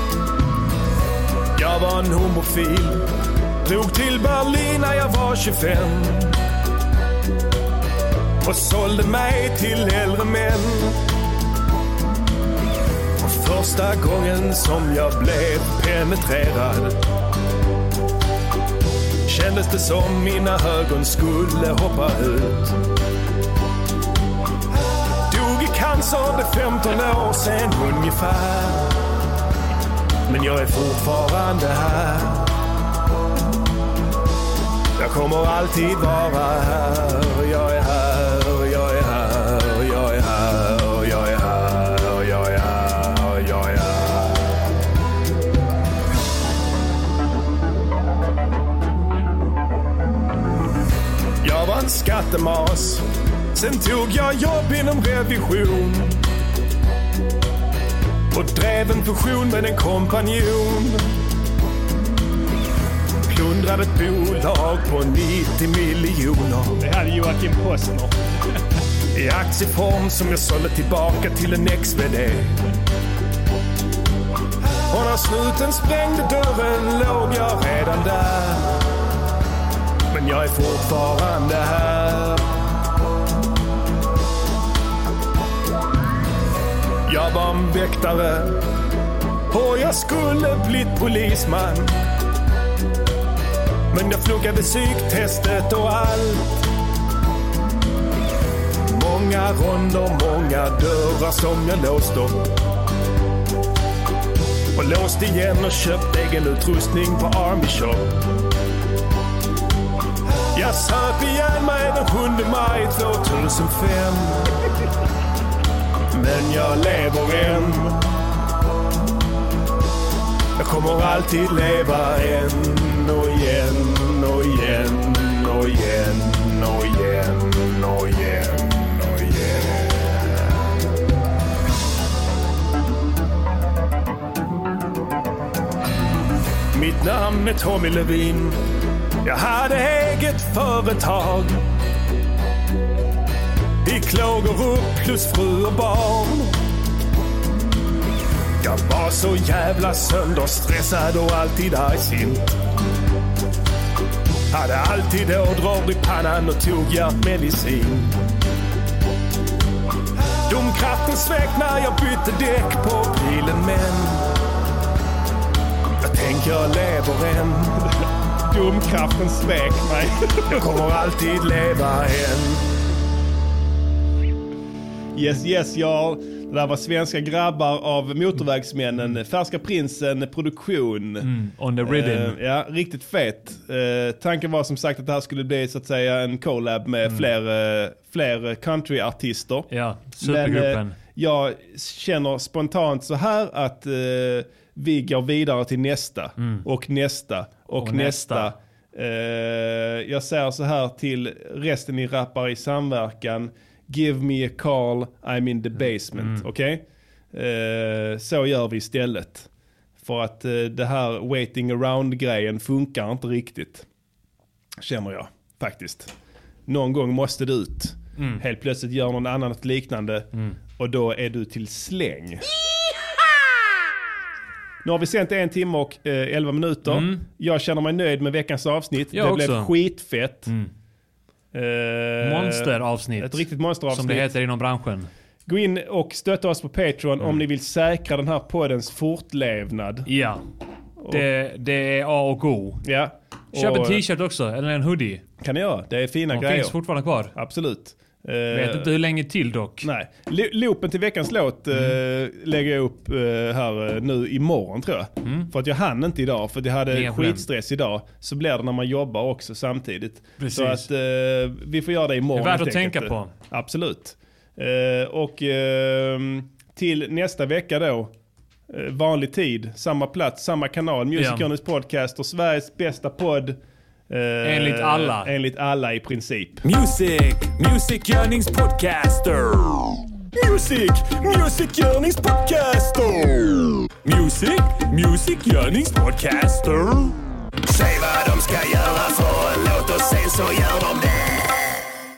Jag var en homofil. Drog till Berlin när jag var tjugofem. Och sålde mig till äldre män. Och första gången som jag blev penetrerad kändes det som mina ögon skulle hoppa ut. Dog i cancer det femton år sedan ungefär. Men jag är fortfarande här. Jag kommer alltid vara här. Jag är här, jag är här, jag är här, jag är här, jag är här, jag är här. Jag var en skattemas. Sen tog jag jobb inom revision. Och drev en fusion med en kompanjon. Plundrade ett bolag på nittio miljoner. Det här är Joakim Postner. I aktieform som jag sålde tillbaka till en ex-vd. Och när snuten sprängde dörren låg jag redan där. Men jag är fortfarande här. Jag var en väktare och jag skulle blivit polisman. Men jag flugade psyktestet och allt. Många ronder, många dörrar som jag låst upp. Och låst igen och köpt egen utrustning på Army Shop. Jag söp igen mig den sjunde maj tvåtusenfem. Men jag lever än. Jag kommer alltid leva än och igen och igen och igen och igen och igen och igen. Mitt namn med Tommy Levin. Jag hade eget företag i Klågerup plus fru och barn. Jag var så jävla sönderstressad och alltid argsint. Hade alltid ådror i pannan och tog hjärtmedicin. Domkraften svek när jag bytte däck på bilen, men jag tänker jag lever än. Domkraften svek mig. Jag kommer alltid leva än. Yes, yes, ja. Det där var Svenska grabbar av Motorvägsmännen. Mm. Färska Prinsen produktion. Mm, on the rhythm. Uh, ja, riktigt fet. Uh, tanken var som sagt att det här skulle bli så att säga en collab med mm. fler, uh, fler countryartister. Ja, supergruppen. Men uh, jag känner spontant så här att uh, vi går vidare till nästa. Mm. Och nästa. Och, och nästa. nästa. Uh, jag säger så här till resten i Rappar i samverkan. Give me a call, I'm in the basement. Mm. Okej? Okay? Uh, så gör vi istället. För att uh, det här waiting around-grejen funkar inte riktigt. Känner jag, faktiskt. Någon gång måste det ut. Mm. Helt plötsligt gör någon annan ett liknande. Mm. Och då är du till släng. Nu har vi sänt en timme och uh, elva minuter. Mm. Jag känner mig nöjd med veckans avsnitt. Jag det också. blev skitfett. Mm. Uh, monsteravsnitt. Ett riktigt monsteravsnitt. Som det heter inom branschen. Gå in och stötta oss på Patreon mm. om ni vill säkra den här poddens fortlevnad. Ja. Det, det är A och O. Ja. Köp en t-shirt också, eller en hoodie. Kan ni göra. Det är fina De grejer. finns fortfarande kvar. Absolut. Vet inte hur länge till dock. Nej. Loopen till veckans låt mm. uh, lägger jag upp uh, här uh, nu imorgon tror jag. Mm. För att jag hann inte idag. För att jag hade Ingen skitstress problem. idag. Så blir det när man jobbar också samtidigt. Precis. Så att uh, vi får göra det imorgon. Det är värt att tänka på. Absolut. Uh, och uh, till nästa vecka då. Uh, vanlig tid. Samma plats, samma kanal. Music yeah. Earnings Podcast och Sveriges bästa podd. Uh, enligt alla. Enligt alla i princip. Music, Music Earnings Podcaster. Music, Music Earnings Podcaster. Music, Music Earnings Podcaster. Säg vad de ska göra för en låt och sen så gör de det.